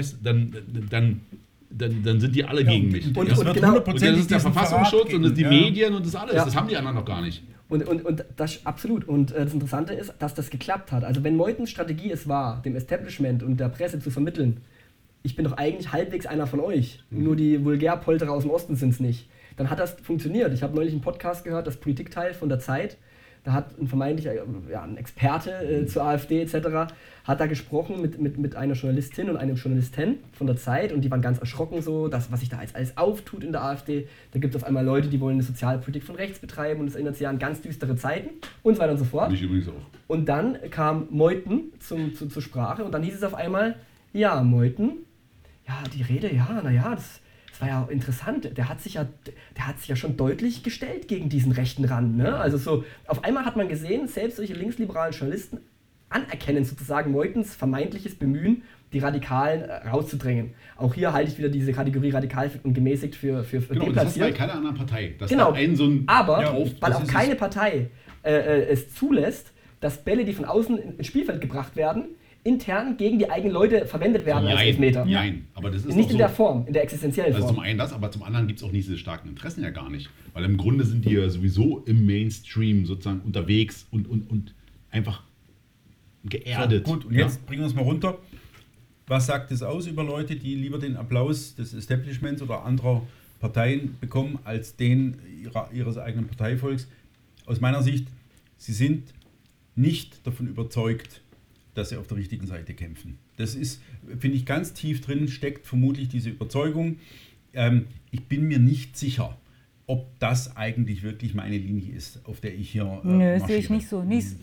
dann sind die alle gegen mich. Und das ist der Verfassungsschutz und das ist die ja. Medien und das alles. Ja. Das haben die anderen noch gar nicht. Und das absolut. Und das Interessante ist, dass das geklappt hat. Also wenn Meuthens Strategie es war, dem Establishment und der Presse zu vermitteln, ich bin doch eigentlich halbwegs einer von euch, nur die Vulgärpolterer aus dem Osten sind es nicht, dann hat das funktioniert. Ich habe neulich einen Podcast gehört, das Politikteil von der Zeit, da hat ein vermeintlich ein Experte zur AfD etc., hat da gesprochen mit einer Journalistin und einem Journalisten von der Zeit, und die waren ganz erschrocken so, das, was sich da alles auftut in der AfD. Da gibt es auf einmal Leute, die wollen eine Sozialpolitik von rechts betreiben, und es erinnert sich an ganz düstere Zeiten und so weiter und so fort. Mich übrigens auch. Und dann kam Meuthen zur Sprache, und dann hieß es auf einmal, ja, Meuthen, ja, die Rede, ja, naja, das war ja interessant, der hat sich ja schon deutlich gestellt gegen diesen rechten Rand. Ne? Also so, auf einmal hat man gesehen, selbst solche linksliberalen Journalisten anerkennen sozusagen Meuthens vermeintliches Bemühen, die Radikalen rauszudrängen. Auch hier halte ich wieder diese Kategorie radikal und gemäßigt für genau, das ist bei keiner anderen Partei. Das genau, aber weil auch keine Partei es zulässt, dass Bälle, die von außen ins Spielfeld gebracht werden, intern gegen die eigenen Leute verwendet werden als Elfmeter. Nein, aber das ist nicht in der Form, in der existenziellen Form. Also zum einen das, aber zum anderen gibt es auch nicht diese starken Interessen ja gar nicht. Weil im Grunde sind die ja sowieso im Mainstream sozusagen unterwegs und einfach geerdet. So, gut, und jetzt bringen wir es mal runter. Was sagt es aus über Leute, die lieber den Applaus des Establishments oder anderer Parteien bekommen, als den ihres eigenen Parteivolks? Aus meiner Sicht, sie sind nicht davon überzeugt, dass sie auf der richtigen Seite kämpfen. Das ist, finde ich, ganz tief drin, steckt vermutlich diese Überzeugung. Ich bin mir nicht sicher, ob das eigentlich wirklich meine Linie ist, auf der ich hier Nö, sehe ich nicht so.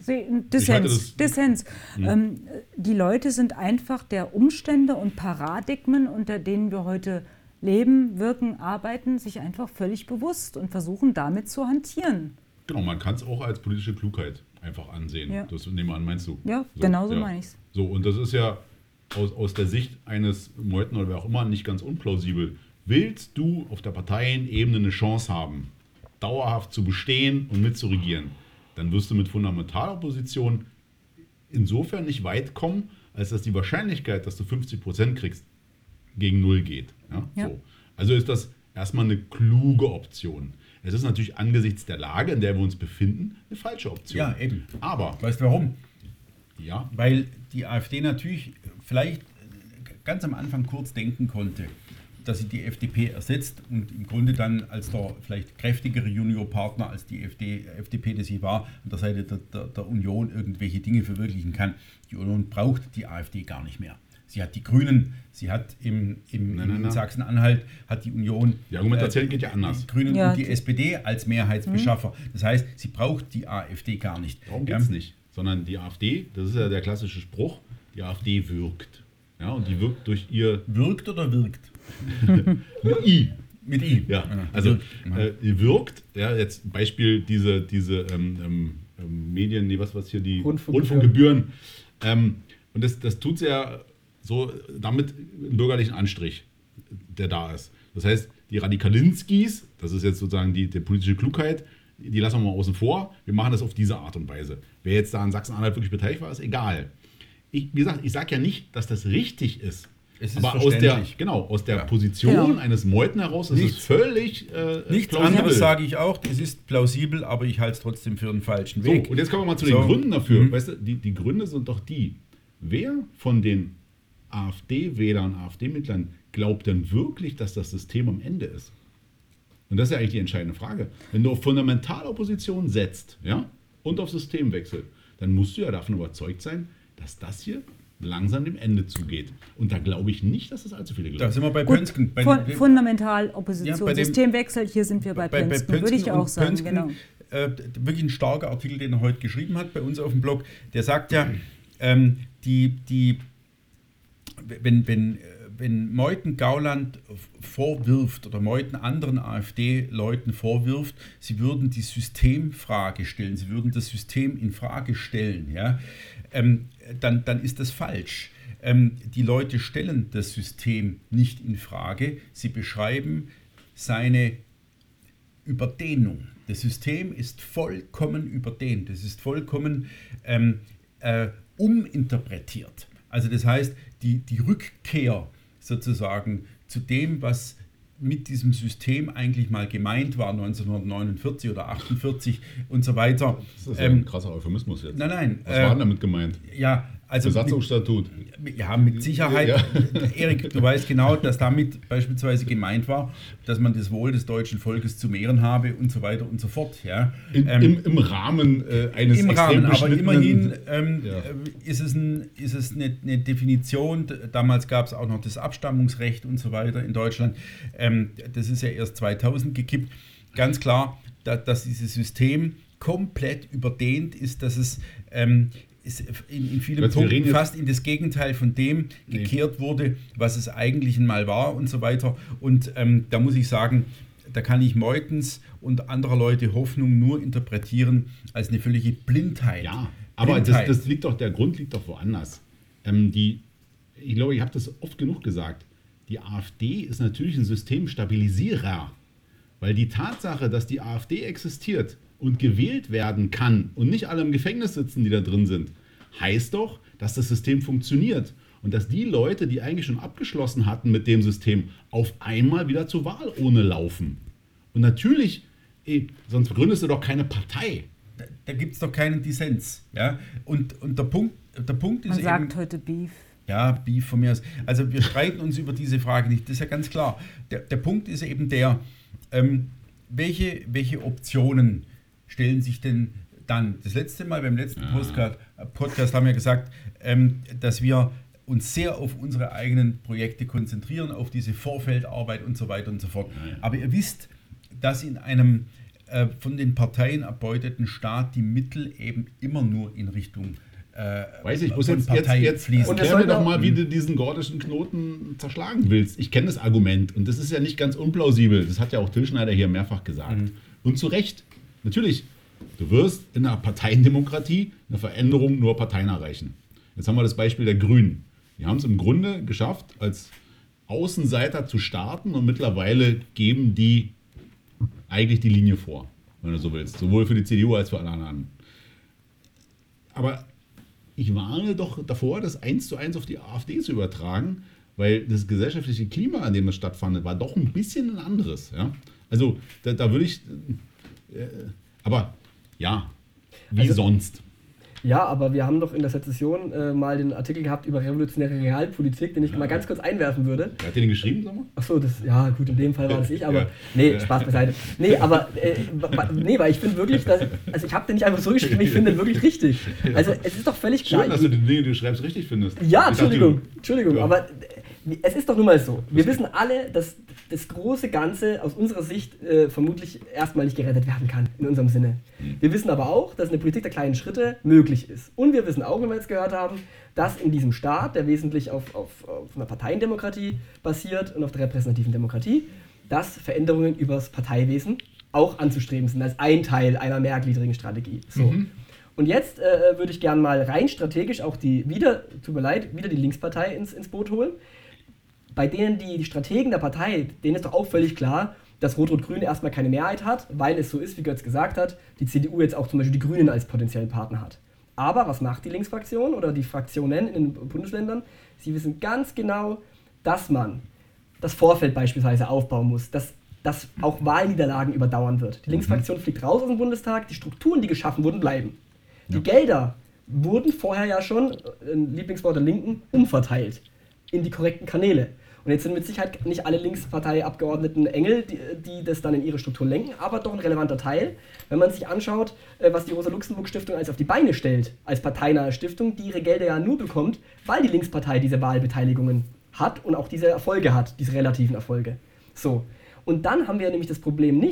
Dissens. Die Leute sind einfach der Umstände und Paradigmen, unter denen wir heute leben, wirken, arbeiten, sich einfach völlig bewusst und versuchen damit zu hantieren. Genau, man kann es auch als politische Klugheit einfach ansehen. Ja. Das nehmen wir an, meinst du? Ja, so, genau so meine ich es. So, und das ist ja aus der Sicht eines Meuthen oder wer auch immer nicht ganz unplausibel. Willst du auf der Parteienebene eine Chance haben, dauerhaft zu bestehen und mitzuregieren, dann wirst du mit Fundamentalopposition insofern nicht weit kommen, als dass die Wahrscheinlichkeit, dass du 50% kriegst, gegen 0 geht. Ja? So. Also ist das erstmal eine kluge Option. Es ist natürlich angesichts der Lage, in der wir uns befinden, eine falsche Option. Ja, eben. Aber, weißt du warum? Ja. Weil die AfD natürlich vielleicht ganz am Anfang kurz denken konnte, dass sie die FDP ersetzt und im Grunde dann als der vielleicht kräftigere Juniorpartner als die FDP, die sie war, an der Seite der Union irgendwelche Dinge verwirklichen kann. Die Union braucht die AfD gar nicht mehr. Sie hat die Grünen, sie hat in Sachsen-Anhalt hat die Union... Die Argumentation geht ja anders. Die Grünen und die SPD als Mehrheitsbeschaffer. Das heißt, sie braucht die AfD gar nicht. Darum geht es nicht. Sondern die AfD, das ist ja der klassische Spruch, die AfD wirkt. Ja, und die wirkt durch ihr... Wirkt oder wirkt? Mit I. Mit I. Ja, also die wirkt, ja, jetzt Beispiel diese Medien, was hier die Rundfunkgebühren. Und das tut sie ja so damit einen bürgerlichen Anstrich, der da ist. Das heißt, die Radikalinskis, das ist jetzt sozusagen die politische Klugheit, die lassen wir mal außen vor. Wir machen das auf diese Art und Weise. Wer jetzt da in Sachsen-Anhalt wirklich beteiligt war, ist egal. Wie gesagt, ich sage ja nicht, dass das richtig ist. Es ist aber aus der Position eines Meuthen heraus ist es völlig nichts plausibel. Anderes sage ich auch, es ist plausibel, aber ich halte es trotzdem für einen falschen Weg. So, und jetzt kommen wir mal zu den Gründen dafür. Weißt du, die Gründe sind doch die, wer von den AfD-Wählern, AfD-Mitgliedern glaubt denn wirklich, dass das System am Ende ist? Und das ist ja eigentlich die entscheidende Frage. Wenn du auf Fundamentalopposition setzt, ja, und auf Systemwechsel, dann musst du ja davon überzeugt sein, dass das hier langsam dem Ende zugeht. Und da glaube ich nicht, dass das allzu viele glauben. Da sind wir bei Pönsken. Fundamentalopposition, Systemwechsel, hier sind wir bei Pönsken, würde ich auch sagen. Pönsken, genau. Wirklich ein starker Artikel, den er heute geschrieben hat bei uns auf dem Blog, der sagt ja, wenn Meuthen Gauland vorwirft oder Meuthen anderen AfD-Leuten vorwirft, sie würden die Systemfrage stellen, sie würden das System in Frage stellen, ja, dann ist das falsch. Die Leute stellen das System nicht in Frage, sie beschreiben seine Überdehnung. Das System ist vollkommen überdehnt, es ist vollkommen uminterpretiert. Also das heißt, die Rückkehr sozusagen zu dem, was mit diesem System eigentlich mal gemeint war, 1949 oder 48 und so weiter. Das ist ein krasser Euphemismus jetzt. Nein. Was war denn damit gemeint? Ja, also Besatzungsstatut. Mit Sicherheit. Ja. Erik, du weißt genau, dass damit beispielsweise gemeint war, dass man das Wohl des deutschen Volkes zu mehren habe und so weiter und so fort. Ja. Im Rahmen eines Im Rahmen, aber immerhin ist es eine Definition. Damals gab es auch noch das Abstammungsrecht und so weiter in Deutschland. Das ist ja erst 2000 gekippt. Ganz klar, dass dieses System komplett überdehnt ist, dass es ist in vielen Punkten fast in das Gegenteil von dem gekehrt wurde, was es eigentlich einmal war und so weiter. Und da muss ich sagen, da kann ich Meuthens und anderer Leute Hoffnung nur interpretieren als eine völlige Blindheit. Ja, aber das liegt doch, der Grund liegt doch woanders. Ich glaube, ich habe das oft genug gesagt, die AfD ist natürlich ein Systemstabilisierer, weil die Tatsache, dass die AfD existiert und gewählt werden kann und nicht alle im Gefängnis sitzen, die da drin sind, heißt doch, dass das System funktioniert und dass die Leute, die eigentlich schon abgeschlossen hatten mit dem System, auf einmal wieder zur Wahlurne laufen. Und natürlich, sonst gründest du doch keine Partei. Da gibt es doch keinen Dissens. Ja? Und der Punkt ist Man sagt eben, heute Beef. Ja, Beef von mir aus. Also wir streiten uns über diese Frage nicht, das ist ja ganz klar. Der Punkt ist eben der, welche Optionen stellen sich denn dann? Das letzte Mal, beim letzten Podcast haben wir gesagt, dass wir uns sehr auf unsere eigenen Projekte konzentrieren, auf diese Vorfeldarbeit und so weiter und so fort. Aber ihr wisst, dass in einem von den Parteien erbeuteten Staat die Mittel eben immer nur in Richtung weiß ich muss jetzt fließen. Und erklär mir doch mal, wie du diesen gordischen Knoten zerschlagen willst. Ich kenne das Argument und das ist ja nicht ganz unplausibel. Das hat ja auch Till Schneider hier mehrfach gesagt. Und zu Recht. Natürlich, du wirst in einer Parteiendemokratie eine Veränderung nur Parteien erreichen. Jetzt haben wir das Beispiel der Grünen. Die haben es im Grunde geschafft, als Außenseiter zu starten und mittlerweile geben die eigentlich die Linie vor, wenn du so willst. Sowohl für die CDU als für alle anderen. Aber ich warne doch davor, das 1:1 auf die AfD zu übertragen, weil das gesellschaftliche Klima, an dem das stattfand, war doch ein bisschen ein anderes. Ja? Also da würde ich... aber ja, wie sonst. Ja, aber wir haben doch in der Sezession mal den Artikel gehabt über revolutionäre Realpolitik, den ich mal ganz kurz einwerfen würde. Wer hat den geschrieben, sag mal? Achso, ja gut, in dem Fall war das ich, aber nee, Spaß beiseite. Nee, aber weil ich finde wirklich, also ich habe den nicht einfach so geschrieben, ich finde den wirklich richtig. Also es ist doch völlig klar. Schön, dass du die Dinge, die du schreibst, richtig findest. Ja, Entschuldigung, aber es ist doch nun mal so. Wir wissen alle, dass das große Ganze aus unserer Sicht vermutlich erstmal nicht gerettet werden kann, in unserem Sinne. Wir wissen aber auch, dass eine Politik der kleinen Schritte möglich ist. Und wir wissen auch, wie wir jetzt gehört haben, dass in diesem Staat, der wesentlich auf einer Parteiendemokratie basiert und auf der repräsentativen Demokratie, dass Veränderungen übers Parteiwesen auch anzustreben sind, als ein Teil einer mehrgliedrigen Strategie. So. Und jetzt würde ich gerne mal rein strategisch auch wieder die Linkspartei ins Boot holen. Bei denen die Strategen der Partei, denen ist doch auch völlig klar, dass Rot-Rot-Grün erstmal keine Mehrheit hat, weil es so ist, wie Götz gesagt hat, die CDU jetzt auch zum Beispiel die Grünen als potenziellen Partner hat. Aber was macht die Linksfraktion oder die Fraktionen in den Bundesländern? Sie wissen ganz genau, dass man das Vorfeld beispielsweise aufbauen muss, dass auch Wahlniederlagen überdauern wird. Die Linksfraktion fliegt raus aus dem Bundestag, die Strukturen, die geschaffen wurden, bleiben. Die Gelder wurden vorher ja schon, Lieblingswort der Linken, umverteilt in die korrekten Kanäle. Und jetzt sind mit Sicherheit nicht alle Linksparteiabgeordneten Engel, die das dann in ihre Struktur lenken, aber doch ein relevanter Teil, wenn man sich anschaut, was die Rosa-Luxemburg-Stiftung als auf die Beine stellt, als parteinahe Stiftung, die ihre Gelder ja nur bekommt, weil die Linkspartei diese Wahlbeteiligungen hat und auch diese Erfolge hat, diese relativen Erfolge. So. Und dann haben wir nämlich das Problem nicht,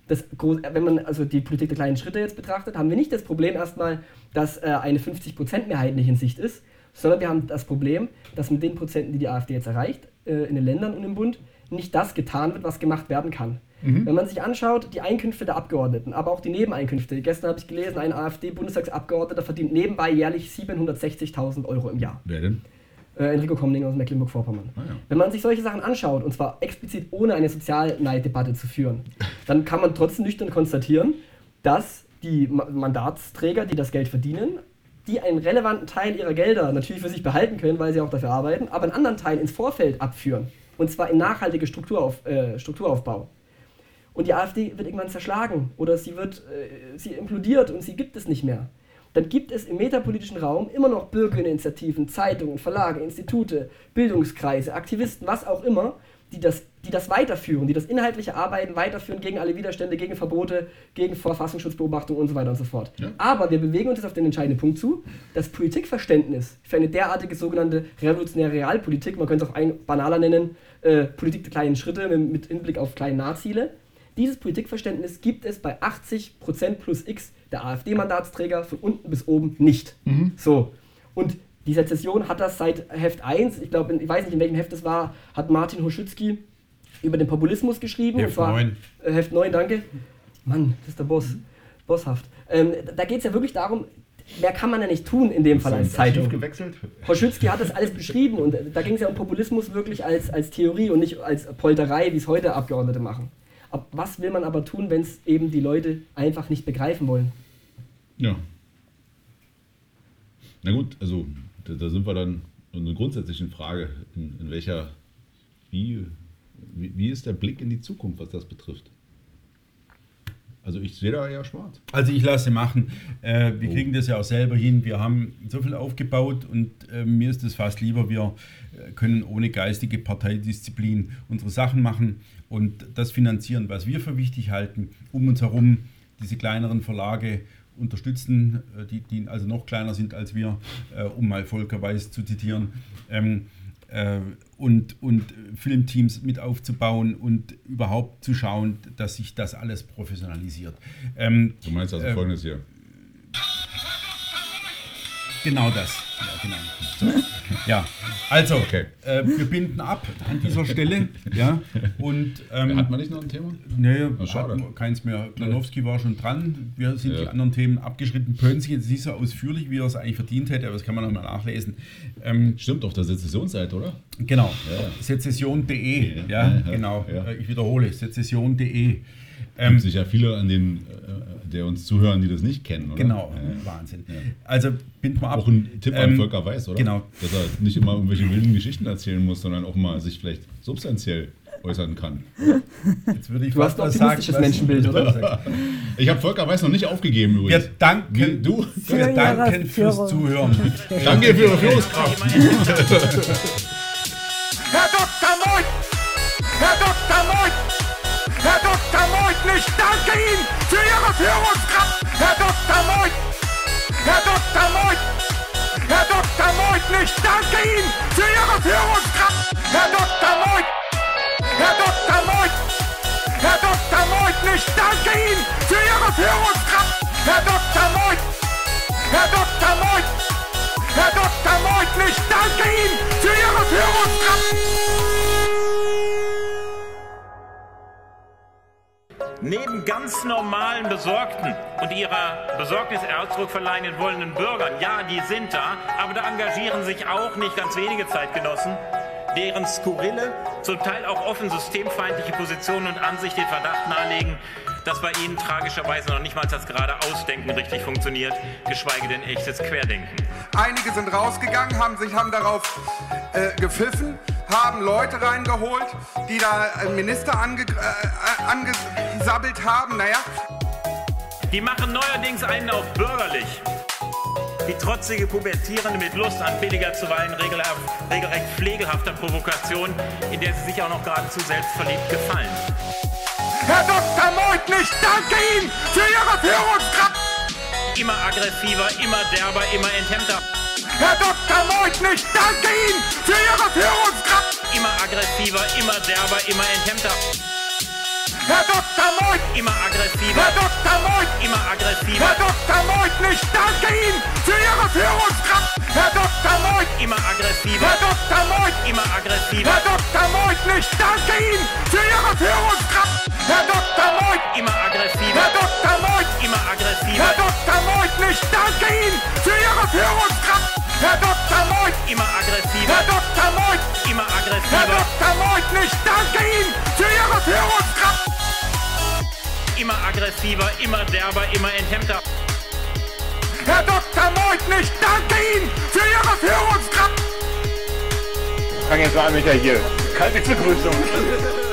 wenn man also die Politik der kleinen Schritte jetzt betrachtet, haben wir nicht das Problem erstmal, dass eine 50%-Mehrheit nicht in Sicht ist, sondern wir haben das Problem, dass mit den Prozenten, die die AfD jetzt erreicht, in den Ländern und im Bund, nicht das getan wird, was gemacht werden kann. Wenn man sich anschaut, die Einkünfte der Abgeordneten, aber auch die Nebeneinkünfte. Gestern habe ich gelesen, ein AfD-Bundestagsabgeordneter verdient nebenbei jährlich 760.000 Euro im Jahr. Wer denn? Enrico Komning aus Mecklenburg-Vorpommern. Ah, ja. Wenn man sich solche Sachen anschaut, und zwar explizit ohne eine Sozialneiddebatte zu führen, dann kann man trotzdem nüchtern konstatieren, dass die Mandatsträger, die das Geld verdienen, die einen relevanten Teil ihrer Gelder natürlich für sich behalten können, weil sie auch dafür arbeiten, aber einen anderen Teil ins Vorfeld abführen. Und zwar in nachhaltige Strukturaufbau. Und die AfD wird irgendwann zerschlagen oder sie implodiert und sie gibt es nicht mehr. Dann gibt es im metapolitischen Raum immer noch Bürgerinitiativen, Zeitungen, Verlage, Institute, Bildungskreise, Aktivisten, was auch immer, die das weiterführen, die das inhaltliche Arbeiten weiterführen gegen alle Widerstände, gegen Verbote, gegen Verfassungsschutzbeobachtung und so weiter und so fort. Ja. Aber wir bewegen uns jetzt auf den entscheidenden Punkt zu, das Politikverständnis für eine derartige sogenannte revolutionäre Realpolitik, man könnte es auch banaler nennen, Politik der kleinen Schritte mit Hinblick auf kleine Nahziele. Dieses Politikverständnis gibt es bei 80% plus X der AfD-Mandatsträger von unten bis oben nicht. So. Und die Sezession hat das seit Heft 1, ich weiß nicht in welchem Heft es war, hat Martin Hoschützky über den Populismus geschrieben. Heft 9. Heft 9, danke. Mann, das ist der Boss. Bosshaft. Da geht es ja wirklich darum, mehr kann man ja nicht tun in dem Fall als Zeitung. Gewechselt? Hoschützky hat das alles beschrieben und da ging es ja um Populismus wirklich als Theorie und nicht als Polterei, wie es heute Abgeordnete machen. Was will man aber tun, wenn es eben die Leute einfach nicht begreifen wollen? Ja. Na gut, also da sind wir dann in einer grundsätzlichen Frage, in welcher, wie ist der Blick in die Zukunft, was das betrifft? Also ich sehe da ja schwarz. Also ich lasse machen. Wir kriegen das ja auch selber hin. Wir haben so viel aufgebaut und mir ist es fast lieber, wir können ohne geistige Parteidisziplin unsere Sachen machen und das finanzieren, was wir für wichtig halten, um uns herum diese kleineren Verlage unterstützen, die also noch kleiner sind als wir, um mal Volker Weiß zu zitieren, und Filmteams mit aufzubauen und überhaupt zu schauen, dass sich das alles professionalisiert. Du meinst also Folgendes hier? Genau das. Ja, genau. So. Ja, also, okay. Wir binden ab an dieser Stelle. Ja, und, hat man nicht noch ein Thema? Nee, keins mehr. Planowski war schon dran. Wir sind die anderen Themen abgeschritten. Pönzig jetzt nicht so ausführlich, wie er es eigentlich verdient hätte, aber das kann man nochmal nachlesen. Stimmt, auf der Sezessionsseite, oder? Genau, sezession.de. Genau. Ja. Ich wiederhole, sezession.de. Gibt sicher viele an den, der uns zuhören, die das nicht kennen, oder? Genau, Wahnsinn. Ja. Also binden wir ab. Auch ein Tipp an Volker Weiß, oder? Genau. Dass er nicht immer irgendwelche wilden Geschichten erzählen muss, sondern auch mal sich vielleicht substanziell äußern kann. Jetzt würde ich du hast ein optimistisches Menschenbild, oder? Ich habe Volker Weiß noch nicht aufgegeben übrigens. Wir danken, wir danken fürs Zuhören. Danke für Ihre Führungskraft. Herr Dr. Meuth! Herr Dr. Meuth! Herr Dr. Meuthen, ich danke Ihnen für Ihre Führungskraft! Herr Dr. Meuth! Herr Dr. Meuth! Herr Dr. Meuthen, ich danke Ihnen für Ihre Führungskraft! Herr Dr. Meuth! Herr Dr. Meuth! Herr Dr. Meuthen, ich danke Ihnen für Ihre Führungskraft! Herr Dr. Meuth! Herr Dr. Meuth! Herr Dr. Meuthen, ich danke Ihnen für Ihre Führungskraft! Neben ganz normalen Besorgten und ihrer Besorgnis Ausdruck verleihenden wollenden Bürgern, ja, die sind da, aber da engagieren sich auch nicht ganz wenige Zeitgenossen, deren skurrile, zum Teil auch offen systemfeindliche Positionen und Ansicht den Verdacht nahelegen, dass bei ihnen tragischerweise noch nicht mal das gerade Ausdenken richtig funktioniert, geschweige denn echtes Querdenken. Einige sind rausgegangen, haben darauf gepfiffen, haben Leute reingeholt, die da Minister angesabbelt haben, naja. Die machen neuerdings einen auf bürgerlich. Die trotzige Pubertierende mit Lust an billiger, zuweilen regelrecht pflegelhafter Provokation, in der sie sich auch noch geradezu selbstverliebt gefallen. Herr Dr. Meuthen, ich danke Ihnen für Ihre Führungskraft! Immer aggressiver, immer derber, immer enthemmter. Herr Dr. Meuthen, ich danke Ihnen für Ihre Führungskraft! Immer aggressiver, immer derber, immer enthemmter. Herr Dr. Moit! Immer aggressiver. Herr Dr. Moit! Immer aggressiver. Herr Dr. Moit, ich danke Ihnen für Ihre Führungskraft! Herr Dr. Moit! Immer aggressiver. Herr Dr. Moit! Immer aggressiver. Herr Dr. Moit, ich danke Ihnen für Ihre Führungskraft! Herr Dr. Moit! Immer aggressiver. Herr Dr. Moit! Immer aggressiver. Herr Dr. Moit, ich danke Ihnen für Ihre Führungskraft! Herr Dr. Moit! Immer aggressiver. Herr Dr. Moit! Immer Herr aggressiver. Dr. Moit, ich danke Ihnen für Ihre Führungskraft! Immer aggressiver, immer derber, immer enthemmter. Herr Dr. Moit, ich danke Ihnen für Ihre Führungskraft! Fang jetzt mal an mit der hier. Kalte Begrüßung.